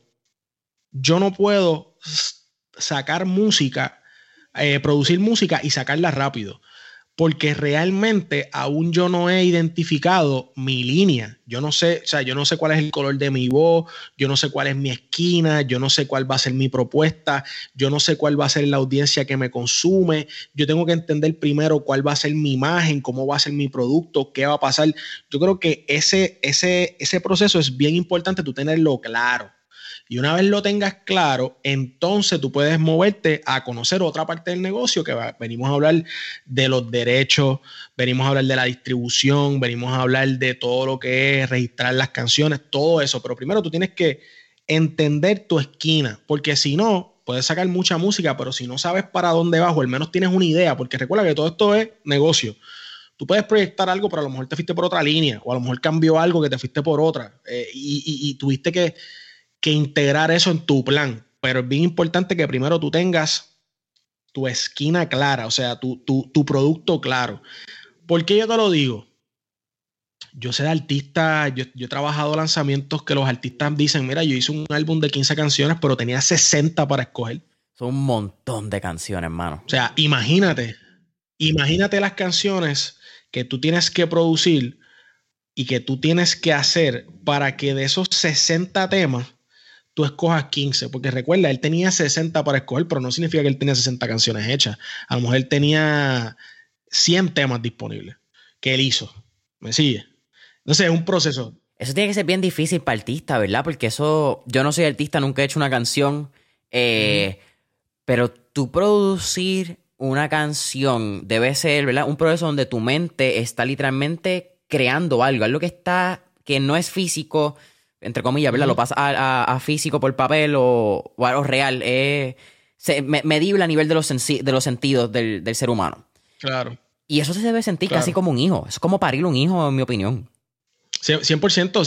yo no puedo sacar música, producir música y sacarla rápido, porque realmente aún yo no he identificado mi línea. Yo no sé, o sea, yo no sé cuál es el color de mi voz, yo no sé cuál es mi esquina, yo no sé cuál va a ser mi propuesta, yo no sé cuál va a ser la audiencia que me consume. Yo tengo que entender primero cuál va a ser mi imagen, cómo va a ser mi producto, qué va a pasar. Yo creo que ese proceso es bien importante tú tenerlo claro. Y una vez lo tengas claro, entonces tú puedes moverte a conocer otra parte del negocio que venimos a hablar de los derechos, venimos a hablar de la distribución, venimos a hablar de todo lo que es registrar las canciones, todo eso. Pero primero tú tienes que entender tu esquina, porque si no, puedes sacar mucha música, pero si no sabes para dónde vas o al menos tienes una idea, porque recuerda que todo esto es negocio. Tú puedes proyectar algo, pero a lo mejor te fuiste por otra línea o a lo mejor cambió algo que te fuiste por otra y tuviste que integrar eso en tu plan, pero es bien importante que primero tú tengas tu esquina clara, o sea, tu producto claro. ¿Por qué yo te lo digo? Yo sé de artistas, yo he trabajado lanzamientos que los artistas dicen, mira, yo hice un álbum de 15 canciones, pero tenía 60 para escoger. Son un montón de canciones, mano. O sea, imagínate las canciones que tú tienes que producir y que tú tienes que hacer para que de esos 60 temas tú escojas 15, porque recuerda, él tenía 60 para escoger, pero no significa que él tenía 60 canciones hechas. A lo mejor él tenía 100 temas disponibles que él hizo. ¿Me sigue? Entonces es un proceso. Eso tiene que ser bien difícil para artista, ¿verdad? Porque eso, yo no soy artista, nunca he hecho una canción, pero tú producir una canción debe ser, ¿verdad? Un proceso donde tu mente está literalmente creando algo que no es físico, entre comillas, ¿verdad? Lo pasa a físico por papel o algo real. Medible a nivel de los sentidos del ser humano. Claro. Y eso se debe sentir casi como un hijo. Es como parir un hijo, en mi opinión. 100%.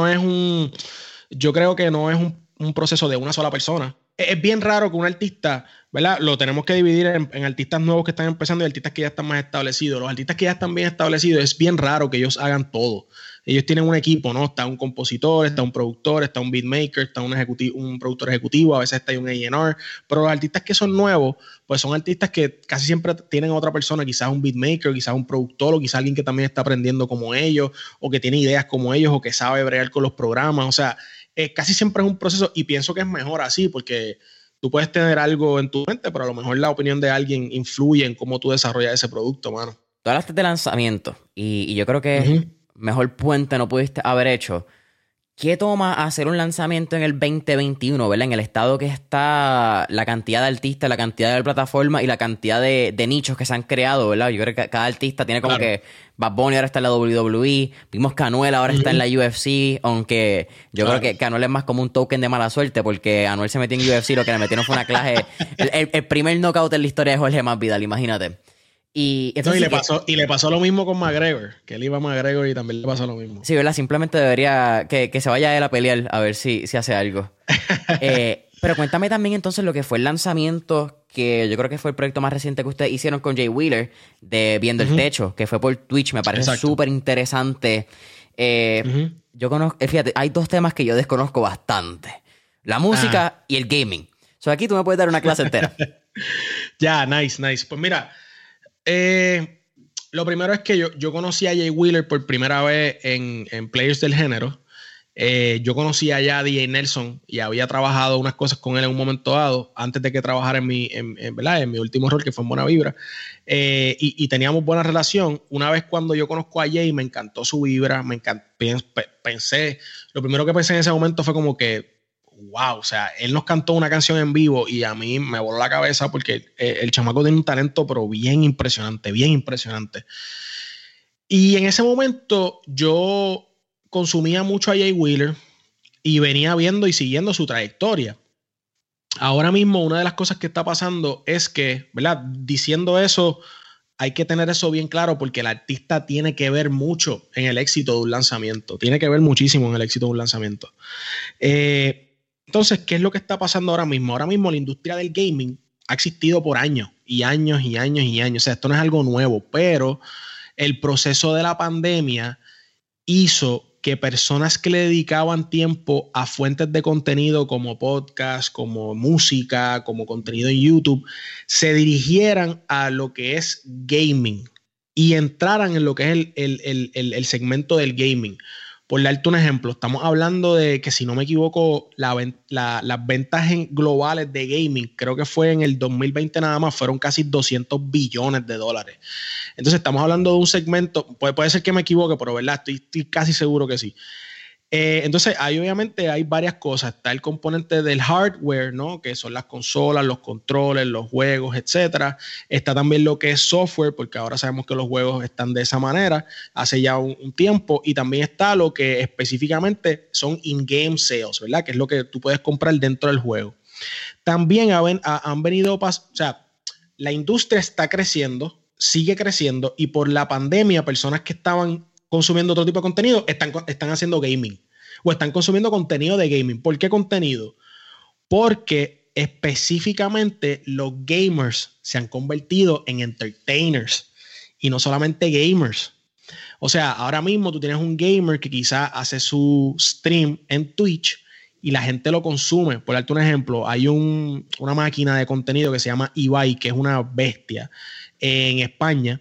Yo creo que no es un proceso de una sola persona. Es bien raro que un artista, ¿verdad? Lo tenemos que dividir en artistas nuevos que están empezando y artistas que ya están más establecidos. Los artistas que ya están bien establecidos, es bien raro que ellos hagan todo. Ellos tienen un equipo, ¿no? Está un compositor, está un productor, está un beatmaker, está un productor ejecutivo, a veces está un A&R, pero los artistas que son nuevos, pues son artistas que casi siempre tienen a otra persona, quizás un beatmaker, quizás un productor, o quizás alguien que también está aprendiendo como ellos, o que tiene ideas como ellos, o que sabe bregar con los programas. O sea, casi siempre es un proceso y pienso que es mejor así, porque tú puedes tener algo en tu mente, pero a lo mejor la opinión de alguien influye en cómo tú desarrollas ese producto, mano. Tú hablaste de lanzamiento y yo creo que mejor puente no pudiste haber hecho. ¿Qué toma hacer un lanzamiento en el 2021, ¿verdad? En el estado que está la cantidad de artistas, la cantidad de plataformas y la cantidad de nichos que se han creado, ¿verdad? Yo creo que cada artista tiene como que Bad Bunny ahora está en la WWE, vimos que Anuel ahora está en la UFC, aunque yo creo que Anuel es más como un token de mala suerte porque Anuel se metió en UFC, lo que le metieron fue una clase, el primer knockout en la historia de Jorge Masvidal, imagínate. Y le pasó lo mismo con McGregor, que él iba a McGregor y también le pasó lo mismo. Sí, ¿verdad? Simplemente debería que se vaya él a pelear a ver si hace algo. Pero cuéntame también entonces lo que fue el lanzamiento, que yo creo que fue el proyecto más reciente que ustedes hicieron con Jay Wheeler, de Viendo el Techo, que fue por Twitch. Me parece súper interesante. Yo conozco, fíjate, hay dos temas que yo desconozco bastante. La música y el gaming. So, aquí tú me puedes dar una clase entera. Ya, nice. Pues mira, lo primero es que yo conocí a Jay Wheeler por primera vez en Players del Género. Yo conocí allá a DJ Nelson y había trabajado unas cosas con él en un momento dado, antes de que trabajara en mi último rol, que fue en Buena Vibra. Y teníamos buena relación. Una vez cuando yo conozco a Jay, me encantó su vibra, lo primero que pensé en ese momento fue como que, wow, o sea, él nos cantó una canción en vivo y a mí me voló la cabeza porque el chamaco tiene un talento, pero bien impresionante, bien impresionante. Y en ese momento yo consumía mucho a Jay Wheeler y venía viendo y siguiendo su trayectoria. Ahora mismo una de las cosas que está pasando es que, ¿verdad? Diciendo eso, hay que tener eso bien claro porque el artista tiene que ver mucho en el éxito de un lanzamiento. Tiene que ver muchísimo en el éxito de un lanzamiento. Entonces, ¿qué es lo que está pasando ahora mismo? Ahora mismo la industria del gaming ha existido por años y años y años y años. O sea, esto no es algo nuevo, pero el proceso de la pandemia hizo que personas que le dedicaban tiempo a fuentes de contenido como podcast, como música, como contenido en YouTube, se dirigieran a lo que es gaming y entraran en lo que es el segmento del gaming. Por darte un ejemplo, estamos hablando de que, si no me equivoco, las ventas globales de gaming, creo que fue en el 2020 nada más, fueron casi 200 billones de dólares. Entonces estamos hablando de un segmento, puede ser que me equivoque, pero ¿verdad? Estoy casi seguro que sí. Entonces, obviamente hay varias cosas. Está el componente del hardware, ¿no? Que son las consolas, los controles, los juegos, etcétera. Está también lo que es software, porque ahora sabemos que los juegos están de esa manera hace ya un tiempo. Y también está lo que específicamente son in-game sales, ¿verdad? Que es lo que tú puedes comprar dentro del juego. También han venido, o sea, la industria está creciendo, sigue creciendo, y por la pandemia, personas que estaban consumiendo otro tipo de contenido están haciendo gaming o están consumiendo contenido de gaming. ¿Por qué contenido? Porque específicamente los gamers se han convertido en entertainers y no solamente gamers. O sea, ahora mismo tú tienes un gamer que quizá hace su stream en Twitch y la gente lo consume. Por darte un ejemplo, hay una máquina de contenido que se llama Ibai, que es una bestia en España.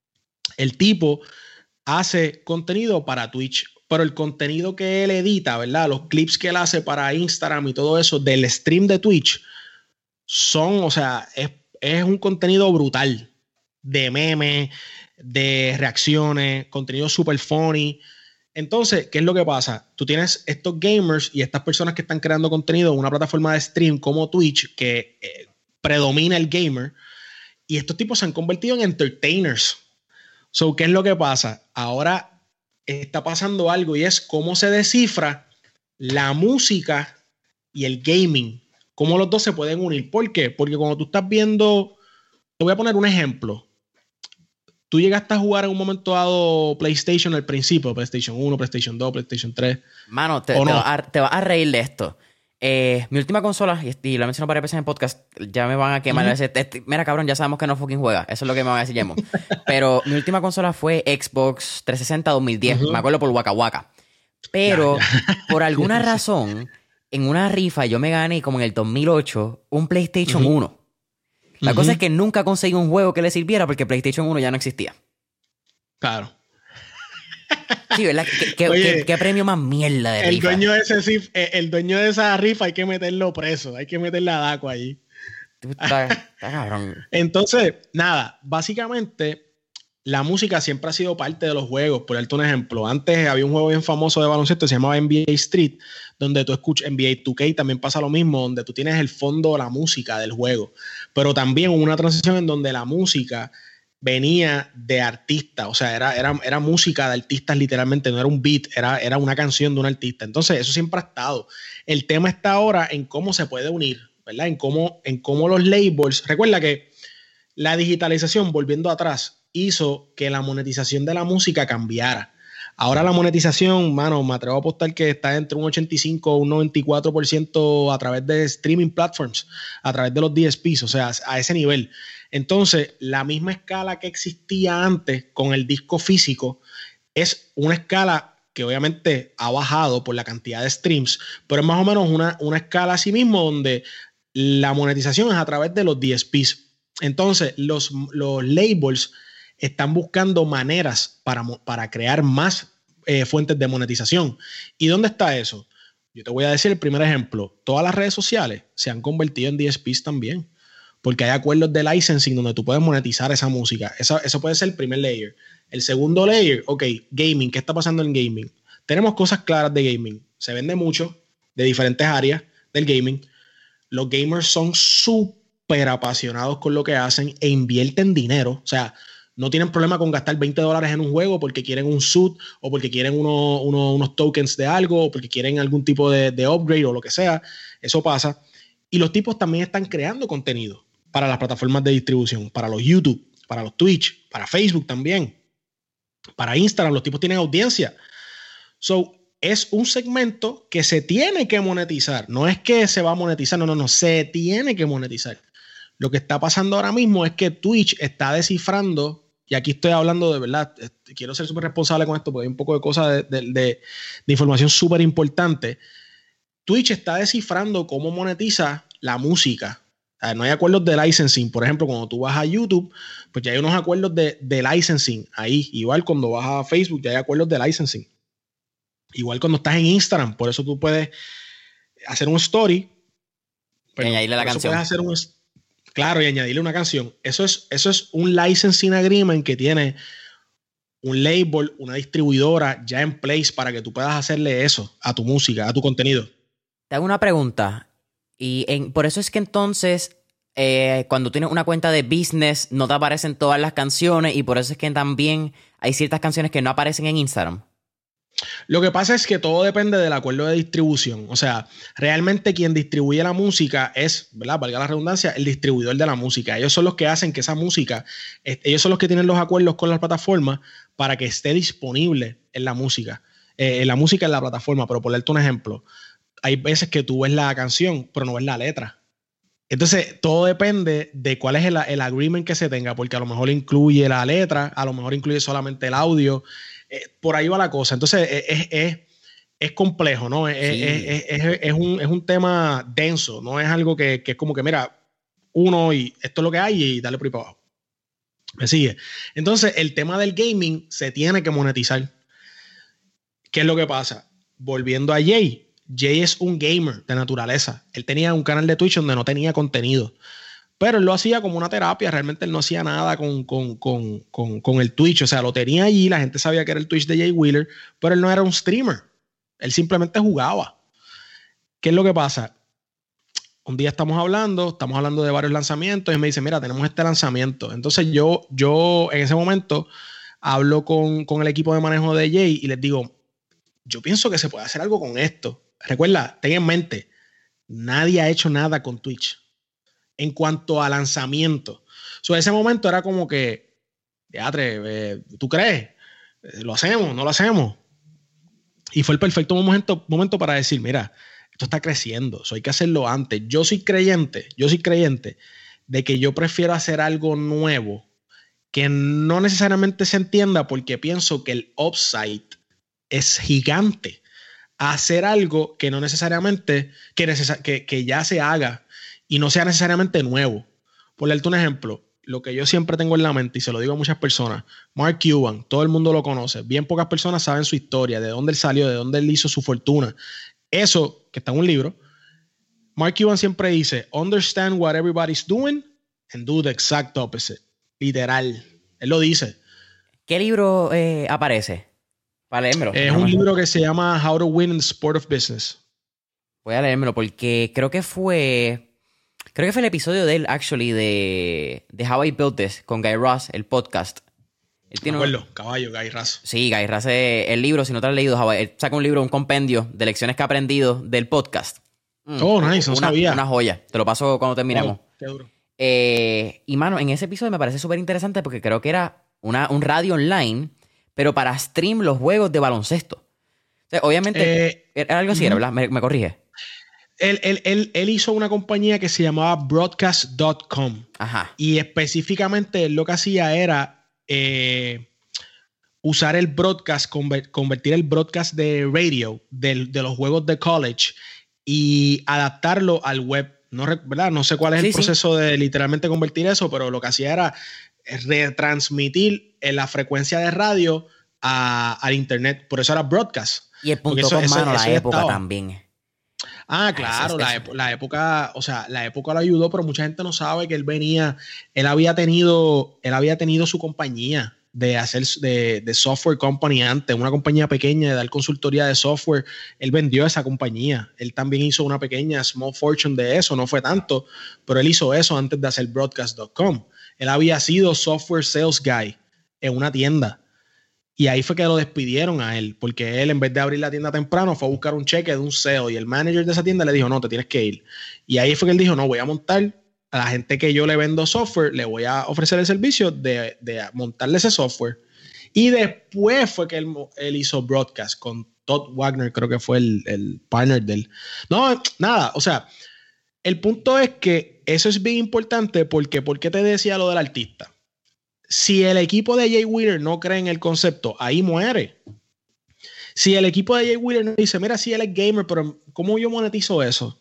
El tipo hace contenido para Twitch, pero el contenido que él edita, ¿verdad? Los clips que él hace para Instagram y todo eso del stream de Twitch son, o sea, es un contenido brutal de memes, de reacciones, contenido super funny. Entonces, ¿qué es lo que pasa? Tú tienes estos gamers y estas personas que están creando contenido en una plataforma de stream como Twitch, que predomina el gamer, y estos tipos se han convertido en entertainers. So, ¿qué es lo que pasa? Ahora está pasando algo y es cómo se descifra la música y el gaming. Cómo los dos se pueden unir. ¿Por qué? Porque cuando tú estás viendo, te voy a poner un ejemplo. Tú llegaste a jugar en un momento dado PlayStation al principio, PlayStation 1, PlayStation 2, PlayStation 3. Mano, te vas a reír de esto. Mi última consola, y lo menciono varias veces en el podcast, ya me van a quemar. Mira, cabrón, ya sabemos que no fucking juega. Eso es lo que me van a decir Yemo. Pero mi última consola fue Xbox 360 2010. Me acuerdo por Waka Waka. Pero por alguna razón, en una rifa yo me gané como en el 2008 un PlayStation 1. La cosa es que nunca conseguí un juego que le sirviera porque PlayStation 1 ya no existía. Claro. Sí, ¿verdad? ¿Qué premio más mierda de rifa? El dueño de esa rifa hay que meterlo preso. Hay que meterle a Daco allí. Está cabrón. Entonces, nada, básicamente la música siempre ha sido parte de los juegos. Por darte un ejemplo, antes había un juego bien famoso de baloncesto que se llamaba NBA Street, donde tú escuchas NBA 2K, también pasa lo mismo, donde tú tienes el fondo, la música del juego. Pero también hubo una transición en donde la música venía de artistas, o sea, era música de artistas literalmente, no era un beat, era una canción de un artista. Entonces, eso siempre ha estado. El tema está ahora en cómo se puede unir, ¿verdad? En cómo los labels, recuerda que la digitalización, volviendo atrás, hizo que la monetización de la música cambiara. Ahora la monetización, mano, me atrevo a apostar que está entre un 85 o un 94% a través de streaming platforms, a través de los DSPs, o sea, a ese nivel. Entonces, la misma escala que existía antes con el disco físico es una escala que obviamente ha bajado por la cantidad de streams, pero es más o menos una escala así mismo donde la monetización es a través de los DSPs. Entonces, los labels están buscando maneras para crear más fuentes de monetización. ¿Y dónde está eso? Yo te voy a decir el primer ejemplo. Todas las redes sociales se han convertido en DSPs también, porque hay acuerdos de licensing donde tú puedes monetizar esa música. Eso puede ser el primer layer. El segundo layer, ok, gaming. ¿Qué está pasando en gaming? Tenemos cosas claras de gaming. Se vende mucho de diferentes áreas del gaming. Los gamers son súper apasionados con lo que hacen e invierten dinero. O sea, no tienen problema con gastar $20 en un juego porque quieren un suit o porque quieren unos tokens de algo o porque quieren algún tipo de upgrade o lo que sea. Eso pasa. Y los tipos también están creando contenido para las plataformas de distribución, para los YouTube, para los Twitch, para Facebook también, para Instagram. Los tipos tienen audiencia. So, es un segmento que se tiene que monetizar. No es que se va a monetizar, no, se tiene que monetizar. Lo que está pasando ahora mismo es que Twitch está descifrando, y aquí estoy hablando de verdad, quiero ser súper responsable con esto porque hay un poco de cosas de información súper importante. Twitch está descifrando cómo monetiza la música. O sea, no hay acuerdos de licensing. Por ejemplo, cuando tú vas a YouTube, pues ya hay unos acuerdos de licensing ahí. Igual cuando vas a Facebook, ya hay acuerdos de licensing. Igual cuando estás en Instagram, por eso tú puedes hacer un story. Pero y añadirle la canción. Puedes hacer claro, y añadirle una canción. Eso es un licensing agreement que tiene un label, una distribuidora ya en place para que tú puedas hacerle eso a tu música, a tu contenido. Te hago una pregunta. Y por eso es que entonces, cuando tienes una cuenta de business, no te aparecen todas las canciones y por eso es que también hay ciertas canciones que no aparecen en Instagram. Lo que pasa es que todo depende del acuerdo de distribución. O sea, realmente quien distribuye la música es, ¿verdad? Valga la redundancia, el distribuidor de la música. Ellos son los que hacen que esa música, ellos son los que tienen los acuerdos con las plataformas para que esté disponible en la música. En la plataforma. Pero por darte un ejemplo, hay veces que tú ves la canción, pero no ves la letra. Entonces, todo depende de cuál es el agreement que se tenga, porque a lo mejor incluye la letra, a lo mejor incluye solamente el audio. Por ahí va la cosa. Entonces, es complejo, ¿no? Sí. Es un tema denso, no es algo que es como que, mira, uno y esto es lo que hay y dale por ahí para abajo. ¿Me sigue? Entonces, el tema del gaming se tiene que monetizar. ¿Qué es lo que pasa? Volviendo a Jay es un gamer de naturaleza. Él tenía un canal de Twitch donde no tenía contenido. Pero él lo hacía como una terapia, realmente él no hacía nada con el Twitch, o sea, lo tenía allí, la gente sabía que era el Twitch de Jay Wheeler, pero él no era un streamer, él simplemente jugaba. ¿Qué es lo que pasa? Un día estamos hablando de varios lanzamientos y me dice, mira, tenemos este lanzamiento. Entonces yo en ese momento hablo con el equipo de manejo de Jay y les digo, yo pienso que se puede hacer algo con esto. Recuerda, ten en mente, nadie ha hecho nada con Twitch en cuanto a lanzamiento. En ese momento era como que, ¿tú crees? ¿Lo hacemos? ¿No lo hacemos? Y fue el perfecto momento para decir, mira, esto está creciendo, hay que hacerlo antes. Yo soy creyente de que yo prefiero hacer algo nuevo que no necesariamente se entienda porque pienso que el upside es gigante a hacer algo que no necesariamente, que ya se haga y no sea necesariamente nuevo. Por darte un ejemplo, lo que yo siempre tengo en la mente y se lo digo a muchas personas, Mark Cuban, todo el mundo lo conoce, bien pocas personas saben su historia, de dónde él salió, de dónde él hizo su fortuna. Eso, que está en un libro, Mark Cuban siempre dice, understand what everybody's doing and do the exact opposite. Literal, él lo dice. ¿Qué libro aparece? Para leérmelo. Es un libro que se llama How to Win in the Sport of Business. Voy a leérmelo porque creo que fue el episodio de él, actually, de How I Built This, con Guy Raz, el podcast. Él tiene caballo, Guy Raz. Sí, Guy Raz, el libro, si no te lo has leído, él saca un libro, un compendio de lecciones que ha aprendido del podcast. Nice, no sabía. Una joya. Te lo paso cuando terminemos. Qué duro. Y, mano, en ese episodio me parece súper interesante porque creo que era un radio online, pero para stream los juegos de baloncesto. O sea, obviamente, era algo así, ¿verdad? ¿Me corrige? Él hizo una compañía que se llamaba Broadcast.com. Ajá. Y específicamente lo que hacía era usar el broadcast, convertir el broadcast de radio de los juegos de college y adaptarlo al web. ¿verdad? No sé cuál es el proceso de literalmente convertir eso, pero lo que hacía era retransmitir en la frecuencia de radio al internet. Por eso era broadcast. Y el punto con mano, la época estaba. también. Claro, la época, o sea, la época lo ayudó, pero mucha gente no sabe que él había tenido su compañía de hacer de software company antes, una compañía pequeña de dar consultoría de software. Él vendió esa compañía. Él también hizo una pequeña small fortune de eso, no fue tanto, pero él hizo eso antes de hacer broadcast.com. Él había sido software sales guy en una tienda. Y ahí fue que lo despidieron a él, porque él, en vez de abrir la tienda temprano, fue a buscar un cheque de un CEO y el manager de esa tienda le dijo, no, te tienes que ir. Y ahí fue que él dijo, no, voy a montar a la gente que yo le vendo software, le voy a ofrecer el servicio de montarle ese software. Y después fue que él hizo broadcast con Todd Wagner, creo que fue el partner de él. No, nada, o sea, el punto es que eso es bien importante porque, ¿por qué te decía lo del artista? Si el equipo de Jay Wheeler no cree en el concepto, ahí muere. Si el equipo de Jay Wheeler no dice, mira, si él es gamer, pero ¿cómo yo monetizo eso?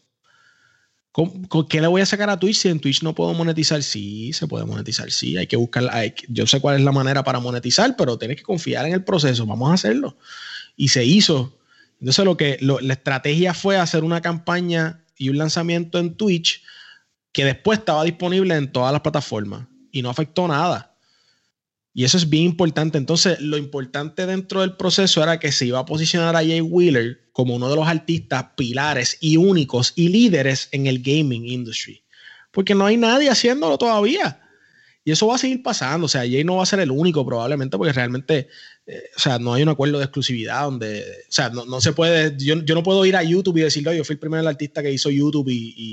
¿Con qué le voy a sacar a Twitch si en Twitch no puedo monetizar? Sí, se puede monetizar, sí. Hay que buscar, yo sé cuál es la manera para monetizar, pero tienes que confiar en el proceso. Vamos a hacerlo. Y se hizo. Entonces la estrategia fue hacer una campaña y un lanzamiento en Twitch que después estaba disponible en todas las plataformas y no afectó nada. Y eso es bien importante. Entonces, lo importante dentro del proceso era que se iba a posicionar a Jay Wheeler como uno de los artistas pilares y únicos y líderes en el gaming industry. Porque no hay nadie haciéndolo todavía. Y eso va a seguir pasando. O sea, Jay no va a ser el único probablemente porque realmente, o sea, no hay un acuerdo de exclusividad donde, o sea, no se puede, yo no puedo ir a YouTube y decirle, yo fui el primer artista que hizo YouTube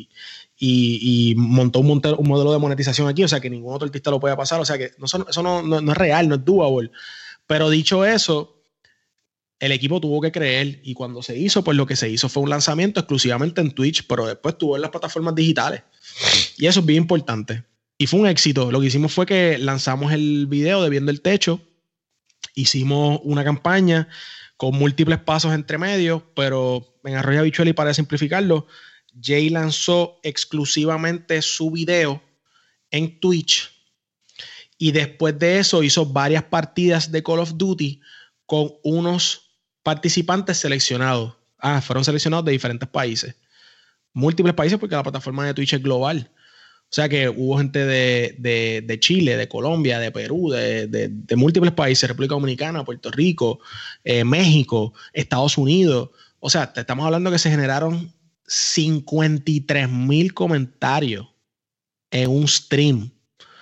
y montó un modelo de monetización aquí, o sea, que ningún otro artista lo pueda pasar, o sea, que eso no es real, no es doable. Pero dicho eso, el equipo tuvo que creer y cuando se hizo, pues lo que se hizo fue un lanzamiento exclusivamente en Twitch, pero después estuvo en las plataformas digitales. Y eso es bien importante. Y fue un éxito. Lo que hicimos fue que lanzamos el video de Viendo el Techo, hicimos una campaña con múltiples pasos entre medios, pero en Arroyo Habichuela, y para simplificarlo, Jay lanzó exclusivamente su video en Twitch y después de eso hizo varias partidas de Call of Duty con unos participantes seleccionados. Fueron seleccionados de diferentes países. Múltiples países porque la plataforma de Twitch es global. O sea que hubo gente de Chile, de Colombia, de Perú, de múltiples países, República Dominicana, Puerto Rico, México, Estados Unidos. O sea, te estamos hablando que se generaron 53,000 comentarios en un stream.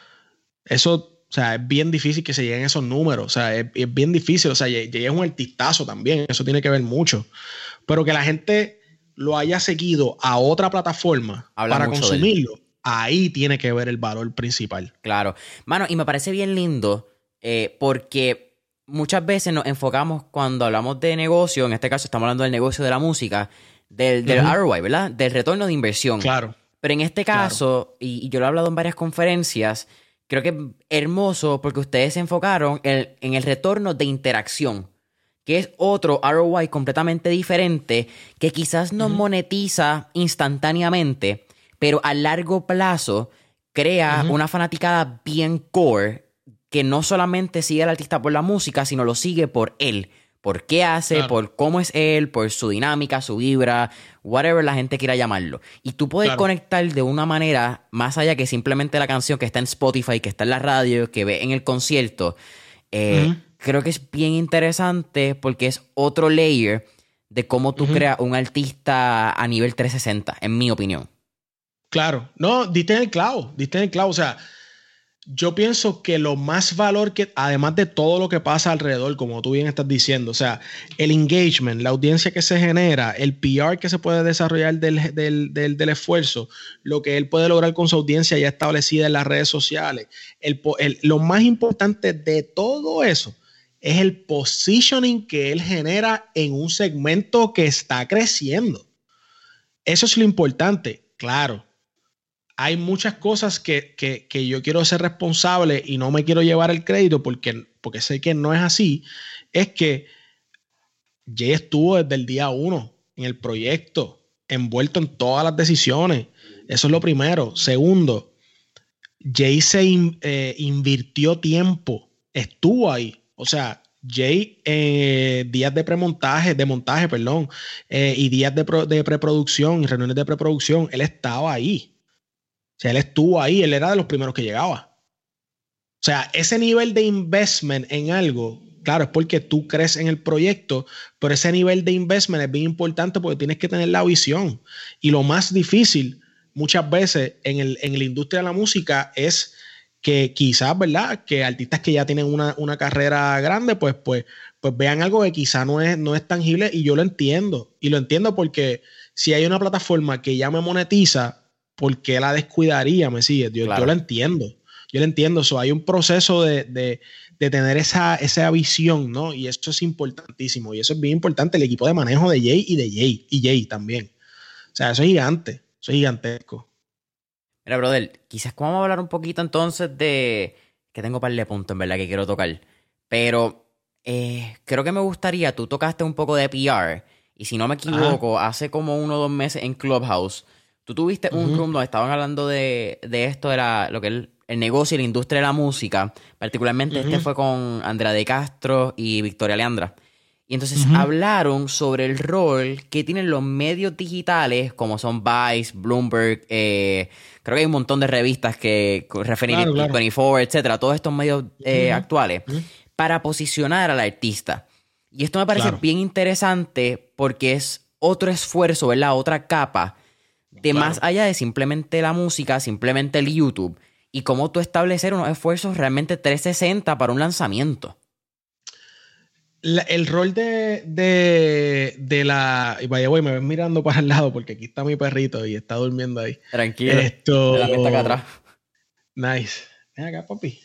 Eso, o sea, es bien difícil que se lleguen esos números. O sea, es bien difícil. O sea, es un artistazo también. Eso tiene que ver mucho. Pero que la gente lo haya seguido a otra plataforma para consumirlo, ahí tiene que ver el valor principal. Claro. Mano, y me parece bien lindo porque muchas veces nos enfocamos cuando hablamos de negocio, en este caso estamos hablando del negocio de la música, del ROI, ¿verdad? Del retorno de inversión. Claro. Pero en este caso, y yo lo he hablado en varias conferencias, creo que es hermoso porque ustedes se enfocaron en el retorno de interacción, que es otro ROI completamente diferente que quizás no monetiza instantáneamente, pero a largo plazo crea una fanaticada bien core que no solamente sigue al artista por la música, sino lo sigue por él. Por qué hace, por cómo es él, por su dinámica, su vibra, whatever la gente quiera llamarlo. Y tú puedes conectar de una manera más allá que simplemente la canción que está en Spotify, que está en la radio, que ve en el concierto. Creo que es bien interesante porque es otro layer de cómo tú creas un artista a nivel 360, en mi opinión. Claro. No, diste en el clavo. O sea, yo pienso que lo más valor que, además de todo lo que pasa alrededor, como tú bien estás diciendo, o sea, el engagement, la audiencia que se genera, el PR que se puede desarrollar del esfuerzo, lo que él puede lograr con su audiencia ya establecida en las redes sociales, lo más importante de todo eso es el positioning que él genera en un segmento que está creciendo. Eso es lo importante, claro. Hay muchas cosas que yo quiero ser responsable y no me quiero llevar el crédito porque sé que no es así. Es que Jay estuvo desde el día 1 en el proyecto, envuelto en todas las decisiones. Eso es lo primero. Segundo, Jay se invirtió tiempo, estuvo ahí. O sea, Jay, días de montaje, perdón, y días de preproducción, y reuniones de preproducción, él estaba ahí. O sea, él estuvo ahí, él era de los primeros que llegaba. O sea, ese nivel de investment en algo, claro, es porque tú crees en el proyecto, pero ese nivel de investment es bien importante porque tienes que tener la visión. Y lo más difícil muchas veces en la industria de la música es que quizás, ¿verdad? Que artistas que ya tienen una carrera grande, pues vean algo que quizás no es tangible, y yo lo entiendo. Y lo entiendo porque si hay una plataforma que ya me monetiza, ¿por qué la descuidaría? ¿Me sigues? Yo lo entiendo. Yo lo entiendo. So, hay un proceso de tener esa visión, ¿no? Y eso es importantísimo. Y eso es bien importante. El equipo de manejo de Jay y Jay también. O sea, eso es gigante. Eso es gigantesco. Mira, brother, quizás vamos a hablar un poquito entonces de... Que tengo un par de puntos, en verdad, que quiero tocar. Pero creo que me gustaría... Tú tocaste un poco de PR. Y si no me equivoco, hace como 1 o 2 meses en Clubhouse, tú tuviste un room donde estaban hablando de esto, de lo que es el negocio y la industria de la música. Particularmente este fue con Andrea de Castro y Victoria Leandra. Y entonces hablaron sobre el rol que tienen los medios digitales, como son Vice, Bloomberg, creo que hay un montón de revistas que refieren claro. 24, etcétera, todos estos medios actuales, para posicionar al artista. Y esto me parece bien interesante porque es otro esfuerzo, ¿verdad? Otra capa de más allá de simplemente la música, simplemente el YouTube, y cómo tú establecer unos esfuerzos realmente 360 para un lanzamiento. El rol de la... Y vaya, güey, me ven mirando para el lado porque aquí está mi perrito y está durmiendo ahí. Tranquilo. De la mesa acá atrás. Nice. Ven acá, papi.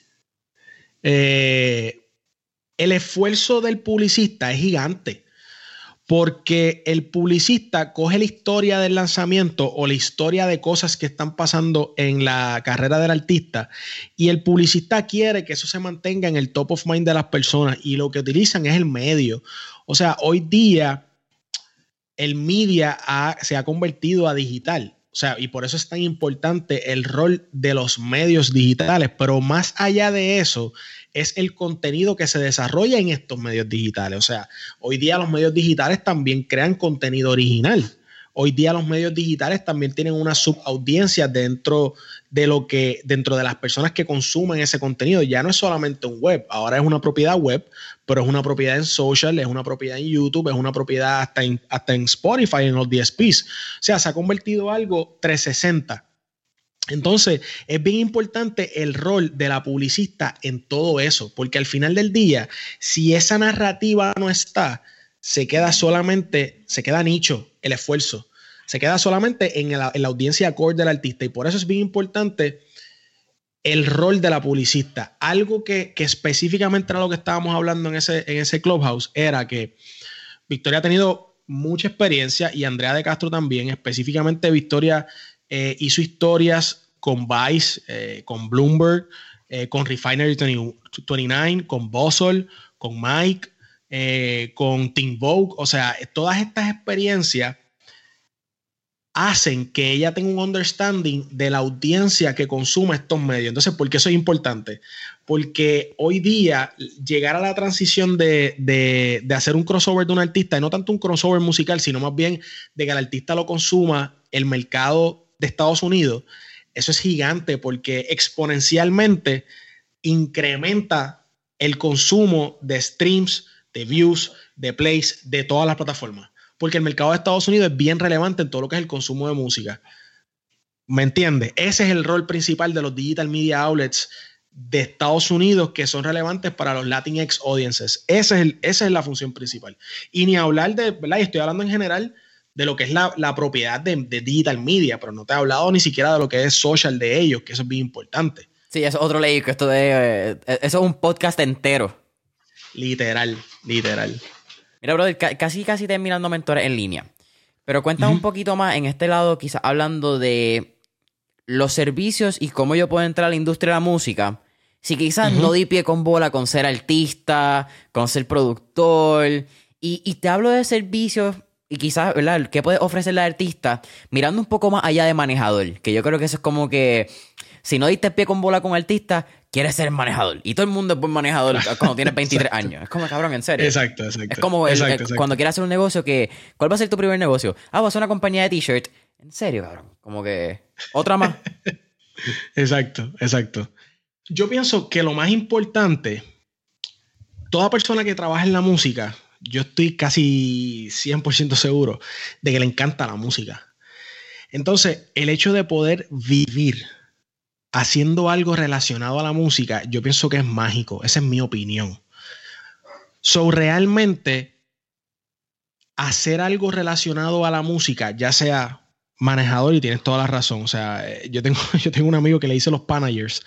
El esfuerzo del publicista es gigante. Porque el publicista coge la historia del lanzamiento o la historia de cosas que están pasando en la carrera del artista, y el publicista quiere que eso se mantenga en el top of mind de las personas, y lo que utilizan es el medio. O sea, hoy día el media se ha convertido a digital. O sea, y por eso es tan importante el rol de los medios digitales. Pero más allá de eso, es el contenido que se desarrolla en estos medios digitales. O sea, hoy día los medios digitales también crean contenido original. Hoy día los medios digitales también tienen una subaudiencia dentro de las personas que consumen ese contenido. Ya no es solamente un web, ahora es una propiedad web, pero es una propiedad en social, es una propiedad en YouTube, es una propiedad hasta en Spotify, en los DSPs. O sea, se ha convertido en algo 360. Entonces, es bien importante el rol de la publicista en todo eso, porque al final del día, si esa narrativa no está, se queda nicho el esfuerzo, se queda solamente en la audiencia core del artista, y por eso es bien importante el rol de la publicista. Algo que específicamente era lo que estábamos hablando en ese Clubhouse, era que Victoria ha tenido mucha experiencia, y Andrea de Castro también. Específicamente Victoria hizo historias con Vice, con Bloomberg, con Refinery 29, con Bosol, con Mike, con Teen Vogue. O sea, todas estas experiencias hacen que ella tenga un understanding de la audiencia que consume estos medios. Entonces, ¿por qué eso es importante? Porque hoy día llegar a la transición de hacer un crossover de un artista, y no tanto un crossover musical, sino más bien de que el artista lo consuma el mercado de Estados Unidos, eso es gigante, porque exponencialmente incrementa el consumo de streams, de views, de plays, de todas las plataformas. Porque el mercado de Estados Unidos es bien relevante en todo lo que es el consumo de música. ¿Me entiendes? Ese es el rol principal de los digital media outlets de Estados Unidos, que son relevantes para los Latinx audiences. Esa es la función principal. Y ni hablar de, ¿verdad? Y estoy hablando en general de lo que es la propiedad de digital media, pero no te he hablado ni siquiera de lo que es social de ellos, que eso es bien importante. Sí, eso es otro ley, que eso es un podcast entero. Literal. Mira, brother, casi terminando Mentores en Línea. Pero cuéntame un poquito más en este lado, quizás hablando de los servicios y cómo yo puedo entrar a la industria de la música. Si quizás no di pie con bola con ser artista, con ser productor. Y te hablo de servicios Y quizás, ¿verdad? ¿Qué puedes ofrecerle al artista mirando un poco más allá de manejador? Que yo creo que eso es como que si no diste pie con bola con artista, quieres ser manejador. Y todo el mundo es buen manejador cuando tienes 23 años. Es como, cabrón, en serio. Exacto. Es como cuando quieres hacer un negocio que... ¿Cuál va a ser tu primer negocio? Vas a hacer una compañía de t-shirt. En serio, cabrón. Como que... Otra más. Exacto. Yo pienso que lo más importante, toda persona que trabaja en la música, yo estoy casi 100% seguro de que le encanta la música. Entonces, el hecho de poder vivir haciendo algo relacionado a la música, yo pienso que es mágico. Esa es mi opinión. So, realmente, hacer algo relacionado a la música, ya sea manejador, y tienes toda la razón. O sea, yo tengo un amigo que le dice los managers.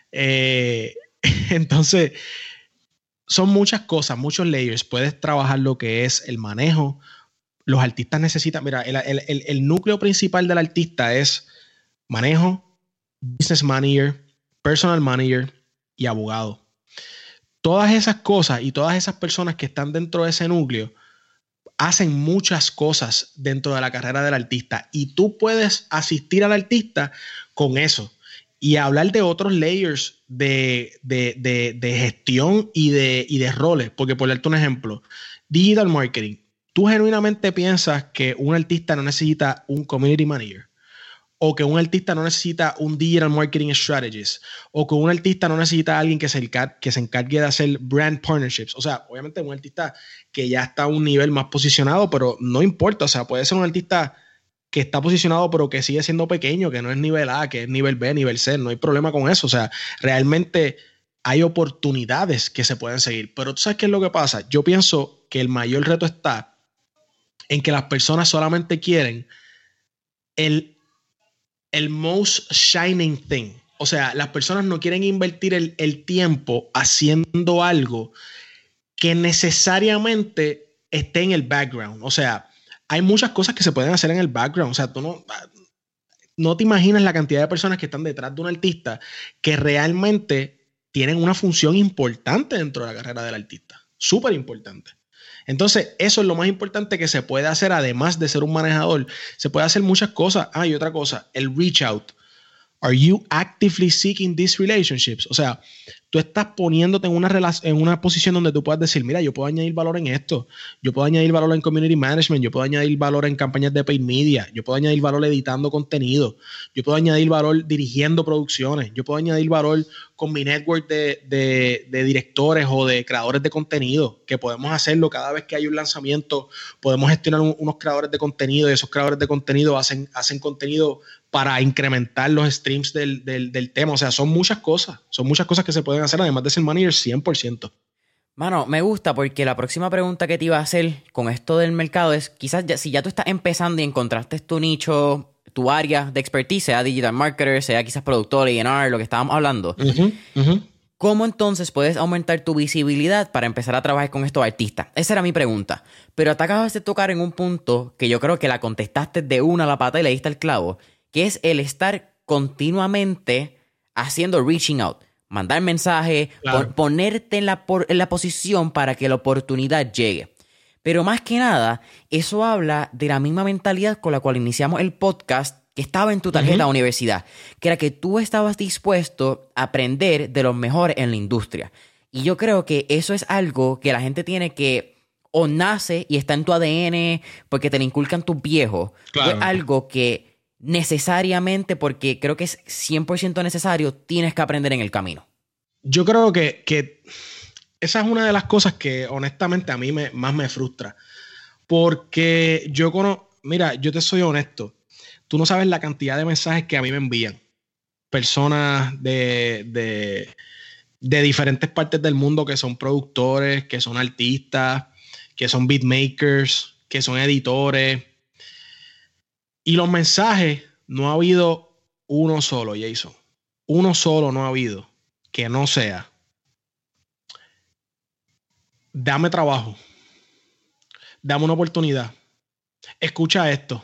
Entonces, son muchas cosas, muchos layers. Puedes trabajar lo que es el manejo. Los artistas necesitan, mira, el núcleo principal del artista es manejo, business manager, personal manager y abogado. Todas esas cosas y todas esas personas que están dentro de ese núcleo hacen muchas cosas dentro de la carrera del artista y tú puedes asistir al artista con eso y hablar de otros layers de gestión y de roles. Porque por darte un ejemplo, digital marketing. ¿Tú genuinamente piensas que un artista no necesita un community manager? O que un artista no necesita un digital marketing strategist, o que un artista no necesita a alguien que se encargue de hacer brand partnerships. O sea, obviamente un artista que ya está a un nivel más posicionado, pero no importa. O sea, puede ser un artista que está posicionado, pero que sigue siendo pequeño, que no es nivel A, que es nivel B, nivel C. No hay problema con eso. O sea, realmente hay oportunidades que se pueden seguir. Pero ¿tú sabes qué es lo que pasa? Yo pienso que el mayor reto está en que las personas solamente quieren el most shining thing. O sea, las personas no quieren invertir el tiempo haciendo algo que necesariamente esté en el background. O sea, hay muchas cosas que se pueden hacer en el background. O sea, tú no te imaginas la cantidad de personas que están detrás de un artista que realmente tienen una función importante dentro de la carrera del artista. Súper importante. Entonces, eso es lo más importante que se puede hacer, además de ser un manejador. Se puede hacer muchas cosas. Y otra cosa, el reach out. Are you actively seeking these relationships? O sea, tú estás poniéndote en una posición donde tú puedas decir, mira, yo puedo añadir valor en esto. Yo puedo añadir valor en community management. Yo puedo añadir valor en campañas de paid media. Yo puedo añadir valor editando contenido. Yo puedo añadir valor dirigiendo producciones. Yo puedo añadir valor con mi network de directores o de creadores de contenido, que podemos hacerlo cada vez que hay un lanzamiento. Podemos gestionar unos creadores de contenido y esos creadores de contenido hacen contenido para incrementar los streams del tema. O sea, son muchas cosas que se pueden hacer, además de ser manager 100%. Mano, me gusta porque la próxima pregunta que te iba a hacer con esto del mercado es, quizás si ya tú estás empezando y encontraste tu nicho, tu área de expertise, sea digital marketer, sea quizás productor, A&R, lo que estábamos hablando, ¿cómo entonces puedes aumentar tu visibilidad para empezar a trabajar con estos artistas? Esa era mi pregunta. Pero te acabas de tocar en un punto que yo creo que la contestaste de una a la pata y le diste el clavo, que es el estar continuamente haciendo reaching out. Mandar mensajes, claro. Ponerte en la posición para que la oportunidad llegue. Pero más que nada, eso habla de la misma mentalidad con la cual iniciamos el podcast que estaba en tu tarjeta de universidad, que era que tú estabas dispuesto a aprender de los mejores en la industria. Y yo creo que eso es algo que la gente tiene que, o nace y está en tu ADN porque te lo inculcan tus viejos, claro. O es algo que necesariamente, porque creo que es 100% necesario, tienes que aprender en el camino. Yo creo que esa es una de las cosas que honestamente a mí más me frustra, porque mira, yo te soy honesto, tú no sabes la cantidad de mensajes que a mí me envían personas de diferentes partes del mundo que son productores, que son artistas, que son beatmakers, que son editores. Y los mensajes, no ha habido uno solo, Jason. Uno solo no ha habido que no sea: dame trabajo, dame una oportunidad, escucha esto,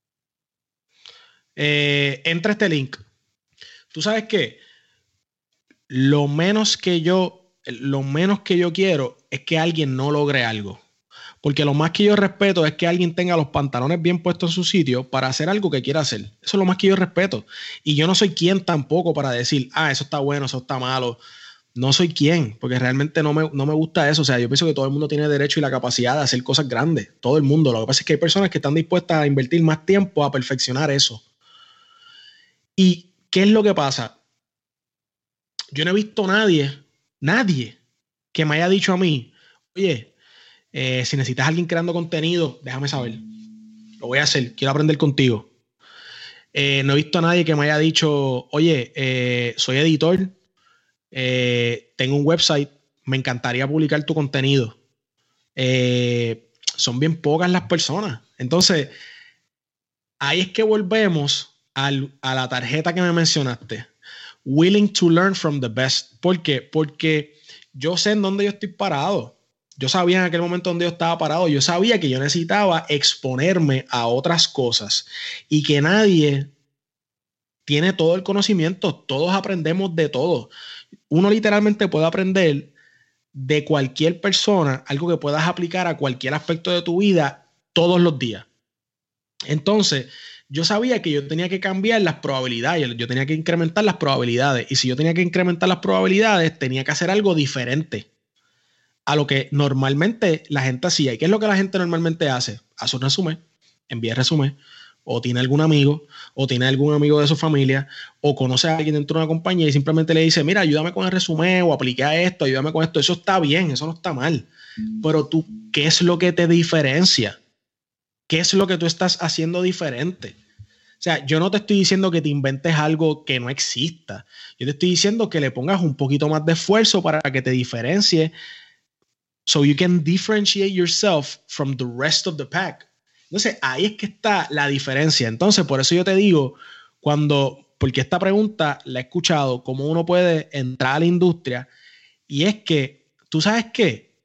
entra este link. ¿Tú sabes qué? Lo menos que yo quiero es que alguien no logre algo. Porque lo más que yo respeto es que alguien tenga los pantalones bien puestos en su sitio para hacer algo que quiera hacer. Eso es lo más que yo respeto. Y yo no soy quien tampoco para decir, eso está bueno, eso está malo. No soy quien, porque realmente no me gusta eso. O sea, yo pienso que todo el mundo tiene derecho y la capacidad de hacer cosas grandes. Todo el mundo. Lo que pasa es que hay personas que están dispuestas a invertir más tiempo a perfeccionar eso. ¿Y qué es lo que pasa? Yo no he visto a nadie que me haya dicho a mí, oye, si necesitas a alguien creando contenido, déjame saber. Lo voy a hacer, quiero aprender contigo. No he visto a nadie que me haya dicho, oye, soy editor, tengo un website, me encantaría publicar tu contenido. Son bien pocas las personas. Entonces, ahí es que volvemos a la tarjeta que me mencionaste. Willing to learn from the best. ¿Por qué? Porque yo sé en dónde yo estoy parado. Yo sabía en aquel momento donde yo estaba parado. Yo sabía que yo necesitaba exponerme a otras cosas y que nadie tiene todo el conocimiento. Todos aprendemos de todo. Uno literalmente puede aprender de cualquier persona algo que puedas aplicar a cualquier aspecto de tu vida todos los días. Entonces, yo sabía que yo tenía que cambiar las probabilidades, yo tenía que incrementar las probabilidades. Y si yo tenía que incrementar las probabilidades, tenía que hacer algo diferente a lo que normalmente la gente hacía. ¿Y qué es lo que la gente normalmente hace? Hace un resumen, envía el resumen, o tiene algún amigo, o tiene algún amigo de su familia, o conoce a alguien dentro de una compañía y simplemente le dice, mira, ayúdame con el resumen, o apliqué a esto, ayúdame con esto. Eso está bien, eso no está mal. Pero tú, ¿qué es lo que te diferencia? ¿Qué es lo que tú estás haciendo diferente? O sea, yo no te estoy diciendo que te inventes algo que no exista. Yo te estoy diciendo que le pongas un poquito más de esfuerzo para que te diferencie, so you can differentiate yourself from the rest of the pack. Entonces, ahí es que está la diferencia. Entonces, por eso yo te digo, porque esta pregunta la he escuchado, cómo uno puede entrar a la industria, y es que, ¿tú sabes qué?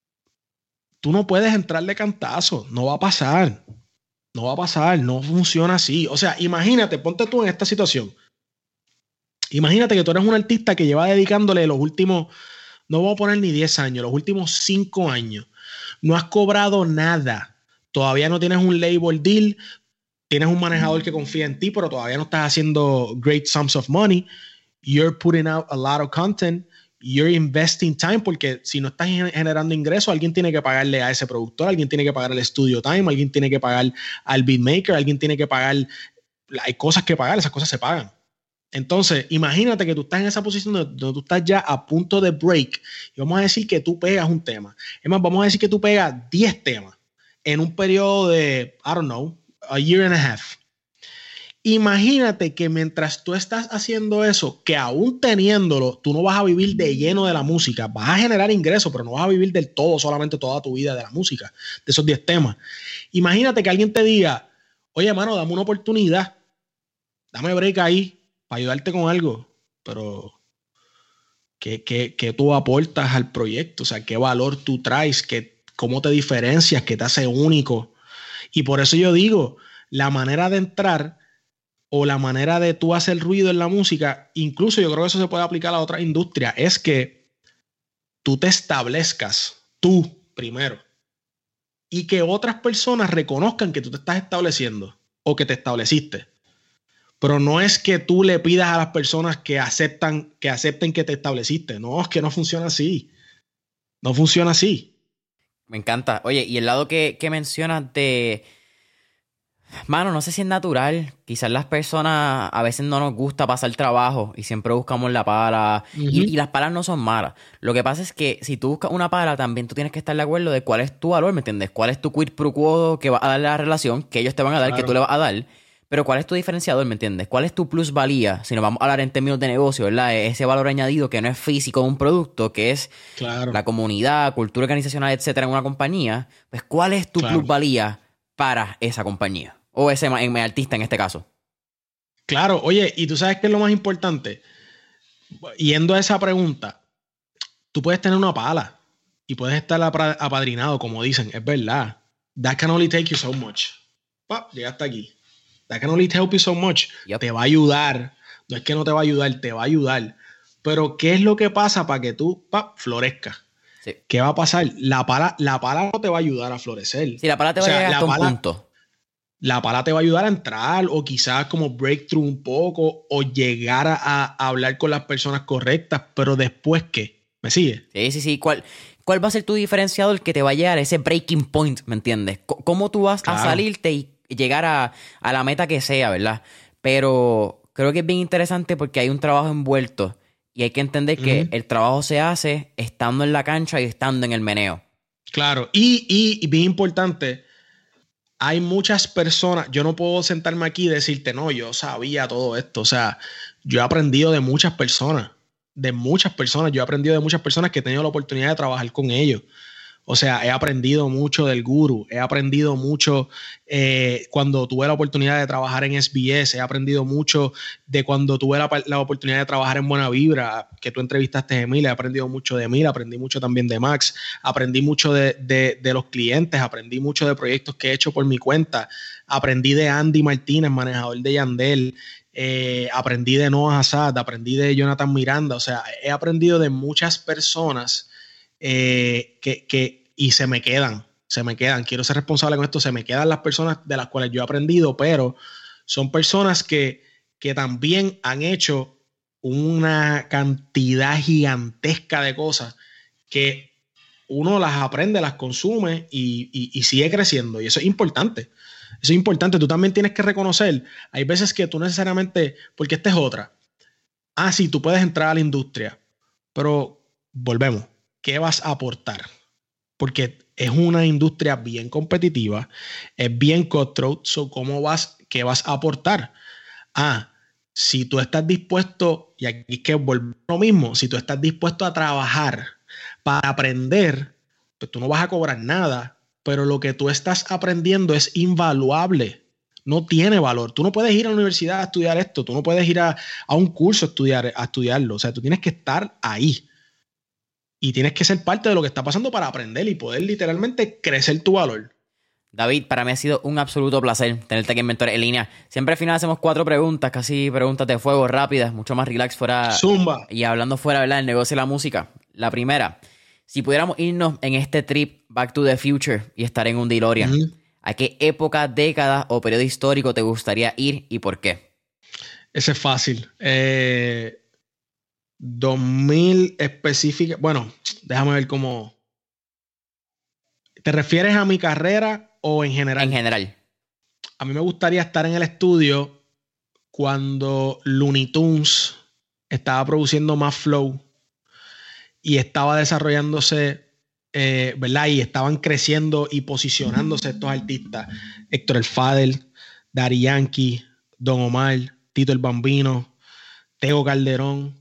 Tú no puedes entrar de cantazo, no va a pasar. No va a pasar, no funciona así. O sea, imagínate, ponte tú en esta situación. Imagínate que tú eres un artista que lleva dedicándole los últimos, no voy a poner ni 10 años, los últimos 5 años. No has cobrado nada. Todavía no tienes un label deal. Tienes un manejador que confía en ti, pero todavía no estás haciendo great sums of money. You're putting out a lot of content. You're investing time, porque si no estás generando ingresos, alguien tiene que pagarle a ese productor, alguien tiene que pagar el studio time, alguien tiene que pagar al beatmaker, alguien tiene que pagar. Hay cosas que pagar, esas cosas se pagan. Entonces, imagínate que tú estás en esa posición donde tú estás ya a punto de break y vamos a decir que tú pegas un tema. Es más, vamos a decir que tú pegas 10 temas en un periodo de, I don't know, a year and a half. Imagínate que mientras tú estás haciendo eso, que aún teniéndolo, tú no vas a vivir de lleno de la música. Vas a generar ingresos, pero no vas a vivir del todo, solamente toda tu vida de la música, de esos 10 temas. Imagínate que alguien te diga, oye, hermano, dame una oportunidad, dame break ahí para ayudarte con algo, pero ¿qué tú aportas al proyecto? O sea, ¿qué valor tú traes? ¿Cómo te diferencias? ¿Qué te hace único? Y por eso yo digo, la manera de entrar o la manera de tú hacer ruido en la música, incluso yo creo que eso se puede aplicar a otras industrias, es que tú te establezcas tú primero y que otras personas reconozcan que tú te estás estableciendo o que te estableciste. Pero no es que tú le pidas a las personas que acepten que te estableciste. No, es que no funciona así. No funciona así. Me encanta. Oye, y el lado que mencionas de... Mano, no sé si es natural. Quizás las personas a veces no nos gusta pasar trabajo y siempre buscamos la pala. Y las palas no son malas. Lo que pasa es que si tú buscas una pala, también tú tienes que estar de acuerdo de cuál es tu valor, ¿me entiendes? ¿Cuál es tu quid pro quo que va a dar la relación, que ellos te van a dar, claro, que tú le vas a dar? Pero ¿cuál es tu diferenciador, me entiendes? ¿Cuál es tu plusvalía? Si nos vamos a hablar en términos de negocio, ¿verdad? Ese valor añadido que no es físico de un producto, que es, claro, la comunidad, cultura organizacional, etcétera, en una compañía. Pues ¿cuál es tu, claro, plusvalía para esa compañía? O ese artista en este caso. Claro, oye, y tú sabes qué es lo más importante. Yendo a esa pregunta, tú puedes tener una pala y puedes estar apadrinado, como dicen, es verdad. That can only take you so much. Llegaste aquí. That can only help you so much. Yep. Te va a ayudar. No es que no te va a ayudar, te va a ayudar. Pero ¿qué es lo que pasa para que tú florezcas? Sí. ¿Qué va a pasar? La pala no te va a ayudar a florecer. Sí, la pala te va a llegar hasta un punto. La pala te va a ayudar a entrar o quizás como breakthrough un poco o llegar a hablar con las personas correctas, pero después, ¿qué? ¿Me sigue? Sí. ¿Cuál va a ser tu diferenciador que te va a llegar a ese breaking point, ¿me entiendes? ¿Cómo tú vas a salirte y llegar a la meta que sea, ¿verdad? Pero creo que es bien interesante porque hay un trabajo envuelto y hay que entender que el trabajo se hace estando en la cancha y estando en el meneo. Claro, y bien importante, hay muchas personas, yo no puedo sentarme aquí y decirte, no, yo sabía todo esto, o sea, yo he aprendido de muchas personas, yo he aprendido de muchas personas que he tenido la oportunidad de trabajar con ellos. O sea, he aprendido mucho del guru, he aprendido mucho cuando tuve la oportunidad de trabajar en SBS, he aprendido mucho de cuando tuve la oportunidad de trabajar en Buena Vibra, que tú entrevistaste a Emil, he aprendido mucho de Emil, aprendí mucho también de Max, aprendí mucho de los clientes, aprendí mucho de proyectos que he hecho por mi cuenta, aprendí de Andy Martínez, manejador de Yandel, aprendí de Noah Hassad, aprendí de Jonathan Miranda, o sea, he aprendido de muchas personas y se me quedan, quiero ser responsable con esto, se me quedan las personas de las cuales yo he aprendido, pero son personas que también han hecho una cantidad gigantesca de cosas que uno las aprende, las consume y sigue creciendo, y eso es importante. Eso es importante, tú también tienes que reconocer, hay veces que tú necesariamente, porque esta es otra, sí, tú puedes entrar a la industria, pero volvemos, ¿qué vas a aportar? Porque es una industria bien competitiva, es bien cutthroat, ¿qué vas a aportar? Si tú estás dispuesto, y aquí es que volvemos a lo mismo, si tú estás dispuesto a trabajar para aprender, pues tú no vas a cobrar nada, pero lo que tú estás aprendiendo es invaluable, no tiene valor. Tú no puedes ir a la universidad a estudiar esto, tú no puedes ir a un curso a estudiarlo, o sea, tú tienes que estar ahí. Y tienes que ser parte de lo que está pasando para aprender y poder literalmente crecer tu valor. David, para mí ha sido un absoluto placer tenerte aquí en Mentores en Línea. Siempre al final hacemos 4 preguntas, casi preguntas de fuego rápidas, mucho más relax fuera. Zumba. Y hablando fuera, ¿verdad? El negocio de la música. La primera, si pudiéramos irnos en este trip Back to the Future y estar en un DeLorean, ¿a qué época, década o periodo histórico te gustaría ir y por qué? Ese es fácil. 2000 específica. Bueno, déjame ver cómo. ¿Te refieres a mi carrera o en general? En general. A mí me gustaría estar en el estudio cuando Looney Tunes estaba produciendo más flow y estaba desarrollándose, ¿verdad? Y estaban creciendo y posicionándose estos artistas. Héctor el Father, Daddy Yankee, Don Omar, Tito el Bambino, Tego Calderón,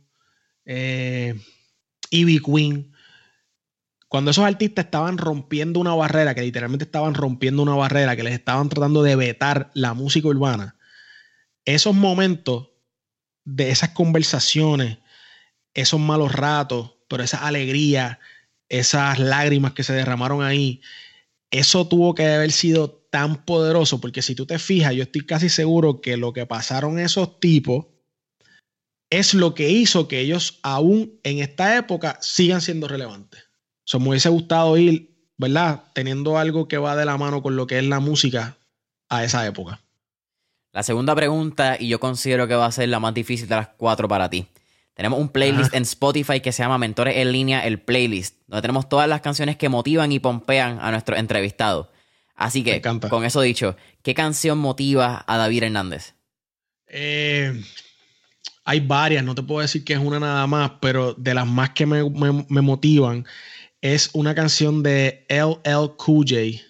Ivy Queen. Cuando esos artistas estaban rompiendo una barrera, que literalmente estaban rompiendo una barrera, que les estaban tratando de vetar la música urbana, esos momentos de esas conversaciones, esos malos ratos, pero esa alegría, esas lágrimas que se derramaron ahí, eso tuvo que haber sido tan poderoso, porque si tú te fijas, yo estoy casi seguro que lo que pasaron esos tipos es lo que hizo que ellos aún en esta época sigan siendo relevantes. Me hubiese gustado ir, ¿verdad? Teniendo algo que va de la mano con lo que es la música a esa época. La segunda pregunta, y yo considero que va a ser la más difícil de las 4 para ti. Tenemos un playlist en Spotify que se llama Mentores en Línea, el playlist, donde tenemos todas las canciones que motivan y pompean a nuestros entrevistados. Así que, con eso dicho, ¿qué canción motiva a David Hernández? Hay varias, no te puedo decir que es una nada más, pero de las más que me motivan es una canción de LL Cool J.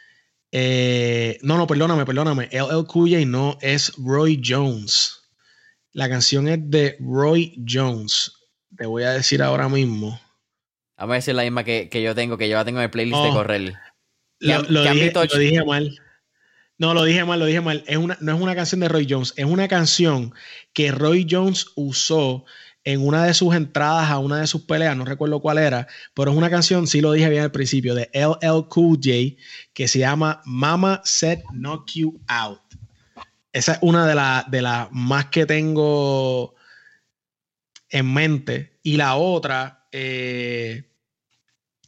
Perdóname. LL Cool J no, es Roy Jones. La canción es de Roy Jones. Te voy a decir ahora mismo. Vamos a decir la misma que yo tengo, que yo tengo en el playlist de correr. Lo dije mal. No, lo dije mal. No es una canción de Roy Jones, es una canción que Roy Jones usó en una de sus entradas a una de sus peleas, no recuerdo cuál era, pero es una canción, sí lo dije bien al principio, de LL Cool J, que se llama Mama Said Knock You Out. Esa es una de las más que tengo en mente. Y la otra,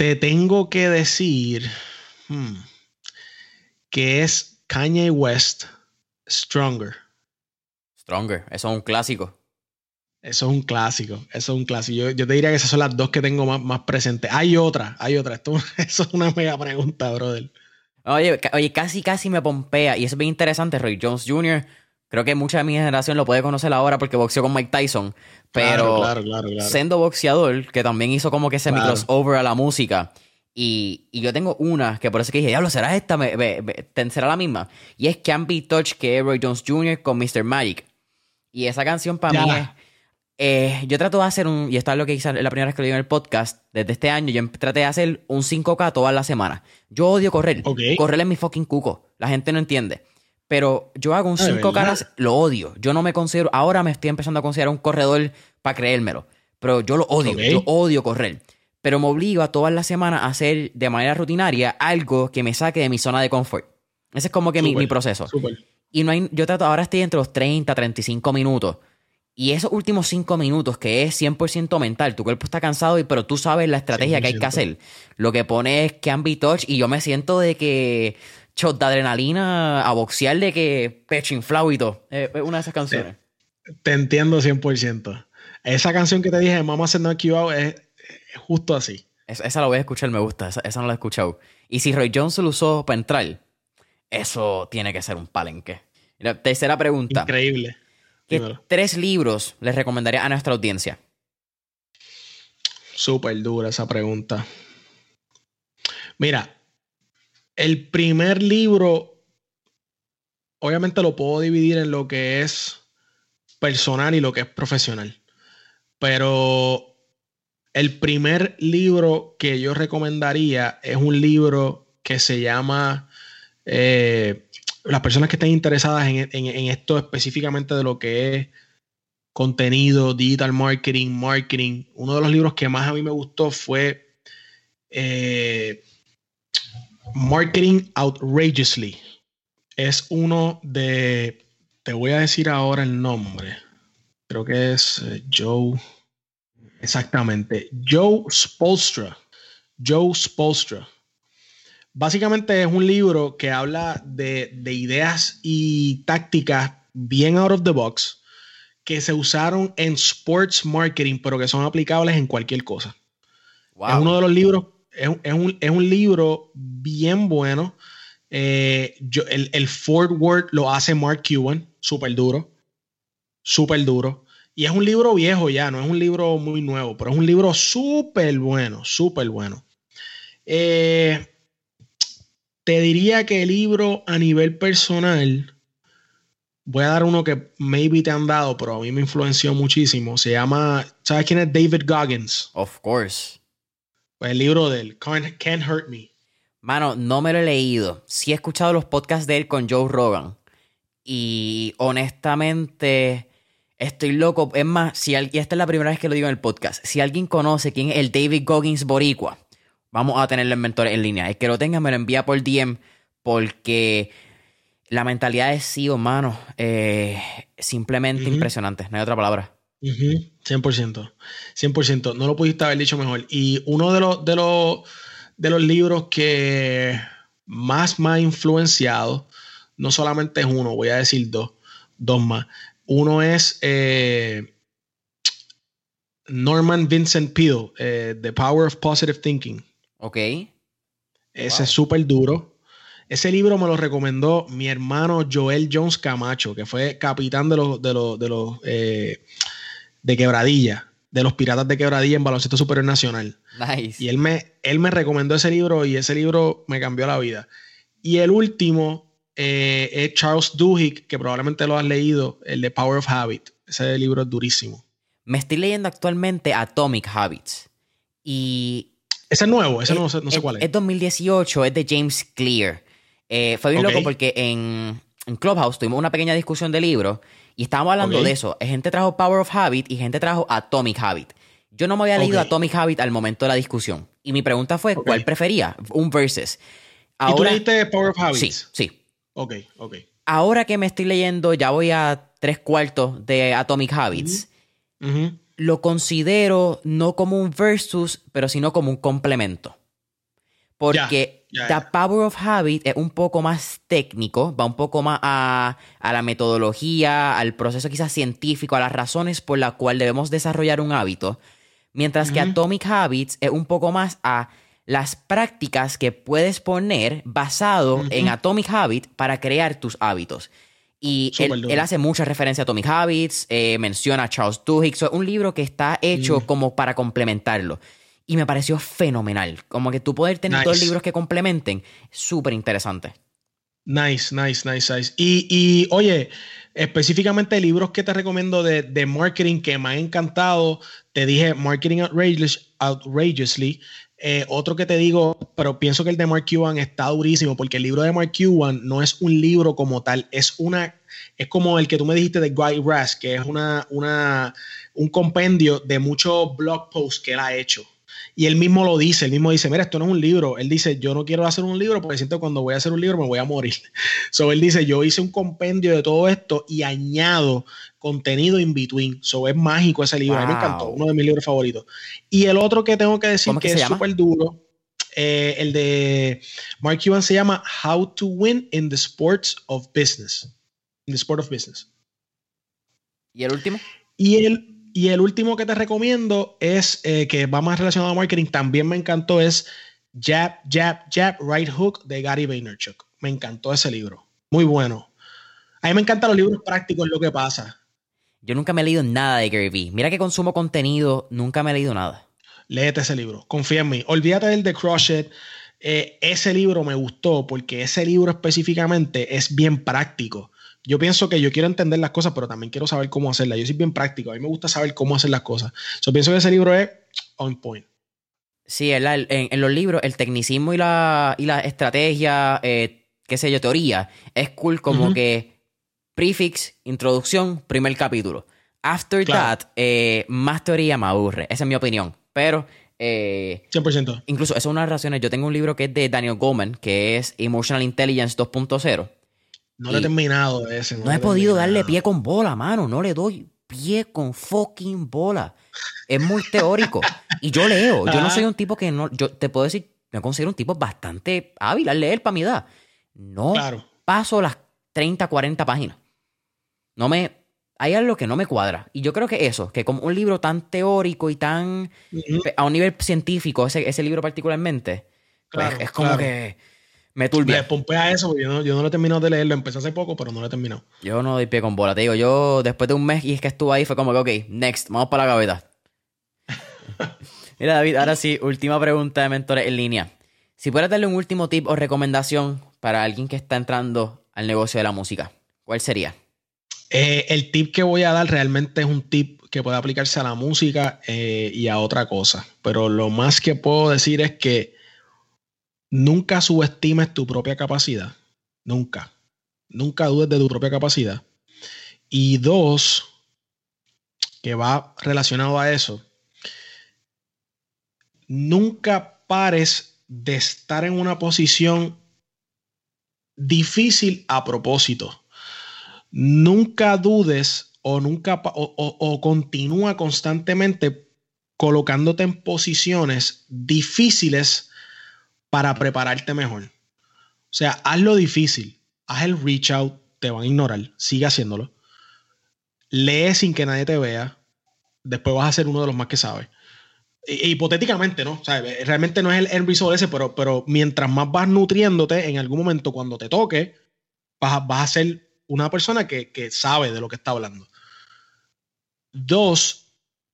te tengo que decir que es Kanye West, Stronger. Stronger, eso es un clásico. Eso es un clásico, eso es un clásico. Yo te diría que esas son las dos que tengo más presentes. Hay otra. Eso es una mega pregunta, brother. Oye, casi me pompea. Y eso es bien interesante. Roy Jones Jr., creo que mucha de mi generación lo puede conocer ahora porque boxeó con Mike Tyson. Pero claro. siendo boxeador, que también hizo como que ese crossover a la música. Y yo tengo una que por eso que dije, diablo, ¿será esta? ¿Será la misma? Y es Can't Be Touched, que es Roy Jones Jr. con Mr. Magic. Y esa canción para mí es... yo trato de hacer y esto es lo que hice la primera vez que lo digo en el podcast, desde este año, yo traté de hacer un 5K todas las semanas. Yo odio correr. Okay. Correr es mi fucking cuco. La gente no entiende. Pero yo hago un 5K, lo odio. Yo no me considero... Ahora me estoy empezando a considerar un corredor para creérmelo. Pero yo lo odio. Okay. Yo odio correr. Pero me obligo a todas las semanas a hacer de manera rutinaria algo que me saque de mi zona de confort. Ese es como que mi proceso. Super. Y yo ahora estoy entre los 30, 35 minutos. Y esos últimos 5 minutos, que es 100% mental, tu cuerpo está cansado, pero tú sabes la estrategia 100%. Que hay que hacer. Lo que pone es Can't Be Touched y yo me siento de que shot de adrenalina a boxear, de que pecho inflado y todo. Es una de esas canciones. Te entiendo 100%. Esa canción que te dije, Mama Said Knock You Out, es justo así. Esa la voy a escuchar, me gusta. Esa no la he escuchado. Y si Roy Jones lo usó para entrar, eso tiene que ser un palenque. La tercera pregunta. Increíble. ¿Qué 3 libros les recomendaría a nuestra audiencia? Súper dura esa pregunta. Mira, el primer libro, obviamente lo puedo dividir en lo que es personal y lo que es profesional. Pero el primer libro que yo recomendaría es un libro que se llama... las personas que estén interesadas en esto específicamente de lo que es contenido, digital marketing. Uno de los libros que más a mí me gustó fue Marketing Outrageously. Es uno de... Te voy a decir ahora el nombre. Creo que es Joe... Exactamente. Joe Spolstra. Básicamente es un libro que habla de ideas y tácticas bien out of the box que se usaron en sports marketing, pero que son aplicables en cualquier cosa. Wow. Es uno de los libros, es un libro bien bueno. El forward lo hace Mark Cuban, súper duro. Y es un libro viejo ya, no es un libro muy nuevo, pero es un libro súper bueno. Te diría que el libro a nivel personal, voy a dar uno que maybe te han dado, pero a mí me influenció muchísimo. Se llama, ¿sabes quién es David Goggins? Of course. Pues el libro de él, Can't Hurt Me. Mano, no me lo he leído. Sí he escuchado los podcasts de él con Joe Rogan. Y honestamente, estoy loco. Es más, y esta es la primera vez que lo digo en el podcast. Si alguien conoce quién es el David Goggins boricua, vamos a tenerlo en mentores en línea. El que lo tenga me lo envía por DM porque la mentalidad de CEO, mano, simplemente impresionante. No hay otra palabra. 100%. No lo pudiste haber dicho mejor. Y uno de los libros que más me ha influenciado, no solamente es uno, voy a decir dos más. Uno es Norman Vincent Peale, The Power of Positive Thinking. Ok. Ese es súper duro. Ese libro me lo recomendó mi hermano Joel Jones Camacho, que fue capitán de Quebradilla, de los Piratas de Quebradilla en Baloncesto Superior Nacional. Nice. Y él me recomendó ese libro y ese libro me cambió la vida. Y el último es Charles Duhigg, que probablemente lo has leído, el de Power of Habit. Ese libro es durísimo. Me estoy leyendo actualmente Atomic Habits. Y... Ese es nuevo, no sé cuál es. Es 2018, es de James Clear. Fue bien loco porque en Clubhouse tuvimos una pequeña discusión de libros y estábamos hablando de eso. Gente trajo Power of Habit y gente trajo Atomic Habit. Yo no me había leído Atomic Habit al momento de la discusión. Y mi pregunta fue, ¿cuál prefería? Un versus. Ahora, ¿y tú leíste Power of Habits? Sí. Ok. Ahora que me estoy leyendo, ya voy a 3/4 de Atomic Habits. Lo considero no como un versus, pero sino como un complemento. Porque The Power of Habit es un poco más técnico, va un poco más a la metodología, al proceso quizás científico, a las razones por las cuales debemos desarrollar un hábito. Mientras que Atomic Habits es un poco más a las prácticas que puedes poner basado en Atomic Habit para crear tus hábitos. Y él hace mucha referencia a Atomic Habits, menciona a Charles Duhigg. Es un libro que está hecho como para complementarlo. Y me pareció fenomenal. Como que tú poder tener dos libros que complementen, súper interesante. Nice. Y oye, específicamente libros que te recomiendo de marketing que me han encantado. Te dije Marketing Outrageously. Otro que te digo, pero pienso que el de Mark Cuban está durísimo, porque el libro de Mark Cuban no es un libro como tal, es como el que tú me dijiste de Guy Raz, que es un compendio de muchos blog posts que él ha hecho. Y él mismo dice, mira, esto no es un libro. Él dice, yo no quiero hacer un libro porque siento que cuando voy a hacer un libro me voy a morir. So él dice, yo hice un compendio de todo esto y añado contenido in between. So es mágico ese libro. A mí me encantó, uno de mis libros favoritos. Y el otro que tengo que decir que es súper duro, el de Mark Cuban se llama How to Win in the Sports of Business. In the Sport of Business. ¿Y el último? Y el último que te recomiendo es, que va más relacionado a marketing, también me encantó, es Jab, Right Hook de Gary Vaynerchuk. Me encantó ese libro. Muy bueno. A mí me encantan los libros prácticos, lo que pasa. Yo nunca me he leído nada de Gary Vee. Mira que consumo contenido, nunca me he leído nada. Léete ese libro, confía en mí. Olvídate del de Crush It. Ese libro me gustó porque ese libro específicamente es bien práctico. Yo pienso que yo quiero entender las cosas, pero también quiero saber cómo hacerlas. Yo soy bien práctico. A mí me gusta saber cómo hacer las cosas. Yo pienso que ese libro es on point. Sí, en los libros, el tecnicismo y la estrategia, qué sé yo, teoría, es cool como que prefix, introducción, primer capítulo. After that, más teoría me aburre. Esa es mi opinión. Pero 100%. Incluso, eso es una de las razones. Yo tengo un libro que es de Daniel Goleman, que es Emotional Intelligence 2.0. No lo he terminado ese. No he podido darle pie con bola, mano. No le doy pie con fucking bola. Es muy teórico. Y yo leo. Yo no soy un tipo que no... Yo te puedo decir, me considero un tipo bastante hábil al leer para mi edad. No paso las 30, 40 páginas. Hay algo que no me cuadra. Y yo creo que eso, que como un libro tan teórico y tan... a un nivel científico, ese libro particularmente, pues es como que... me turbia. Me pompea eso, porque yo no lo he terminado de leerlo. Empecé hace poco, pero no lo he terminado. Yo no doy pie con bola. Te digo, yo después de un mes y es que estuve ahí, fue como que, ok, next, vamos para la gaveta. Mira, David, ahora sí, última pregunta de Mentores en Línea. Si pudieras darle un último tip o recomendación para alguien que está entrando al negocio de la música, ¿cuál sería? El tip que voy a dar realmente es un tip que puede aplicarse a la música y a otra cosa. Pero lo más que puedo decir es que nunca subestimes tu propia capacidad. Nunca. Nunca dudes de tu propia capacidad. Y dos, que va relacionado a eso, nunca pares de estar en una posición difícil a propósito. Nunca dudes o continúa constantemente colocándote en posiciones difíciles para prepararte mejor. O sea, haz lo difícil, haz el reach out, te van a ignorar, sigue haciéndolo. Lee sin que nadie te vea, después vas a ser uno de los más que sabe. Hipotéticamente, ¿no? O sea, realmente no es el end result ese, pero mientras más vas nutriéndote, en algún momento cuando te toque, vas a ser una persona que sabe de lo que está hablando. Dos,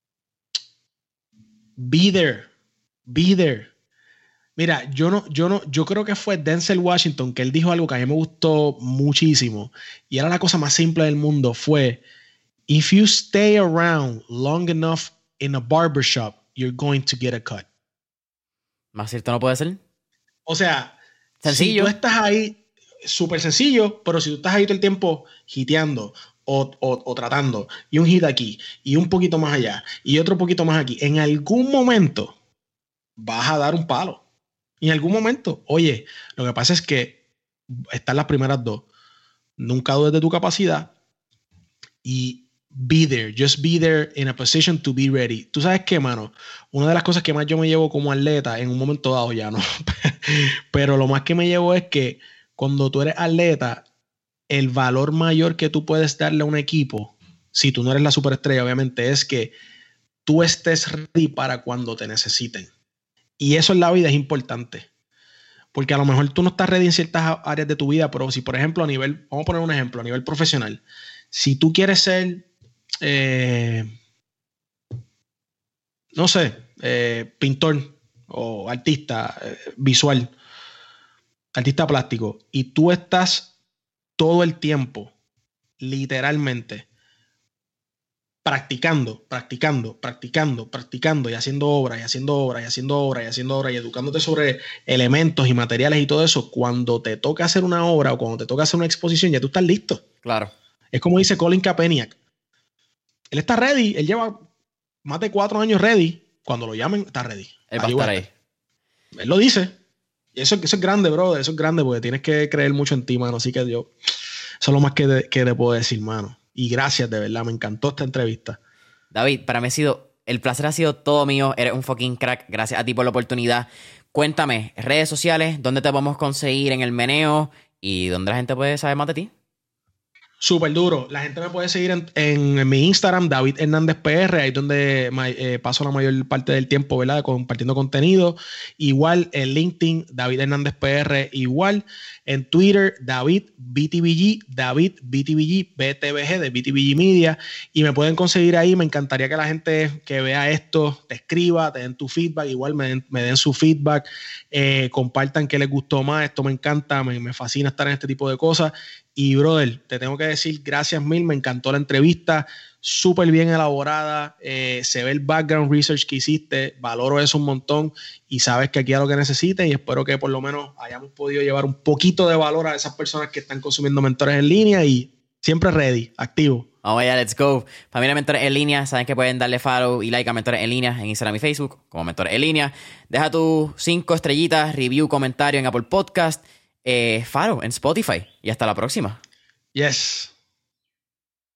be there. Mira, yo creo que fue Denzel Washington que él dijo algo que a mí me gustó muchísimo y era la cosa más simple del mundo, fue: if you stay around long enough in a barbershop, you're going to get a cut. ¿Más cierto no puede ser? O sea, sencillo. Si tú estás ahí, súper sencillo, pero si tú estás ahí todo el tiempo hiteando o tratando, y un hit aquí, y un poquito más allá, y otro poquito más aquí, en algún momento vas a dar un palo. En algún momento, oye, lo que pasa es que están las primeras dos. Nunca dudes de tu capacidad y be there. Just be there in a position to be ready. ¿Tú sabes qué, mano? Una de las cosas que más yo me llevo como atleta en un momento dado, ya no, Pero lo más que me llevo es que cuando tú eres atleta, el valor mayor que tú puedes darle a un equipo, si tú no eres la superestrella, obviamente, es que tú estés ready para cuando te necesiten. Y eso en la vida es importante. Porque a lo mejor tú no estás ready en ciertas áreas de tu vida, pero si, por ejemplo, vamos a poner un ejemplo, a nivel profesional, si tú quieres ser, no sé, pintor o artista visual, artista plástico, y tú estás todo el tiempo, literalmente, practicando y haciendo obras y haciendo obras y haciendo obras y haciendo obras y educándote sobre elementos y materiales y todo eso, cuando te toca hacer una obra o cuando te toca hacer una exposición, ya tú estás listo. Claro. Es como dice Colin Kaepernick. Él está ready, él lleva más de 4 años ready. Cuando lo llamen, está ready. Él va a estar ahí. Él lo dice. Y eso es grande, bro. Eso es grande porque tienes que creer mucho en ti, mano. Así que eso es lo más que te puedo decir, mano. Y gracias, de verdad. Me encantó esta entrevista. David, para mí el placer ha sido todo mío. Eres un fucking crack. Gracias a ti por la oportunidad. Cuéntame, redes sociales, ¿dónde te podemos conseguir en el meneo? ¿Y dónde la gente puede saber más de ti? Súper duro. La gente me puede seguir en mi Instagram, David Hernández PR, ahí es donde paso la mayor parte del tiempo, ¿verdad? Compartiendo contenido. Igual en LinkedIn, David Hernández PR, igual. En Twitter, David BTVG, BTVG de BTVG Media. Y me pueden conseguir ahí. Me encantaría que la gente que vea esto te escriba, te den tu feedback, igual me den su feedback, compartan qué les gustó más. Esto me encanta, me fascina estar en este tipo de cosas. Y, brother, te tengo que decir gracias mil, me encantó la entrevista, súper bien elaborada, se ve el background research que hiciste, valoro eso un montón y sabes que aquí a lo que necesiten y espero que por lo menos hayamos podido llevar un poquito de valor a esas personas que están consumiendo mentores en línea y siempre ready, activo. Vamos allá, let's go. Familia Mentores en Línea, saben que pueden darle follow y like a Mentores en Línea en Instagram y Facebook como Mentores en Línea. Deja tus 5 estrellitas, review, comentario en Apple Podcast. Faro en Spotify y hasta la próxima. Yes.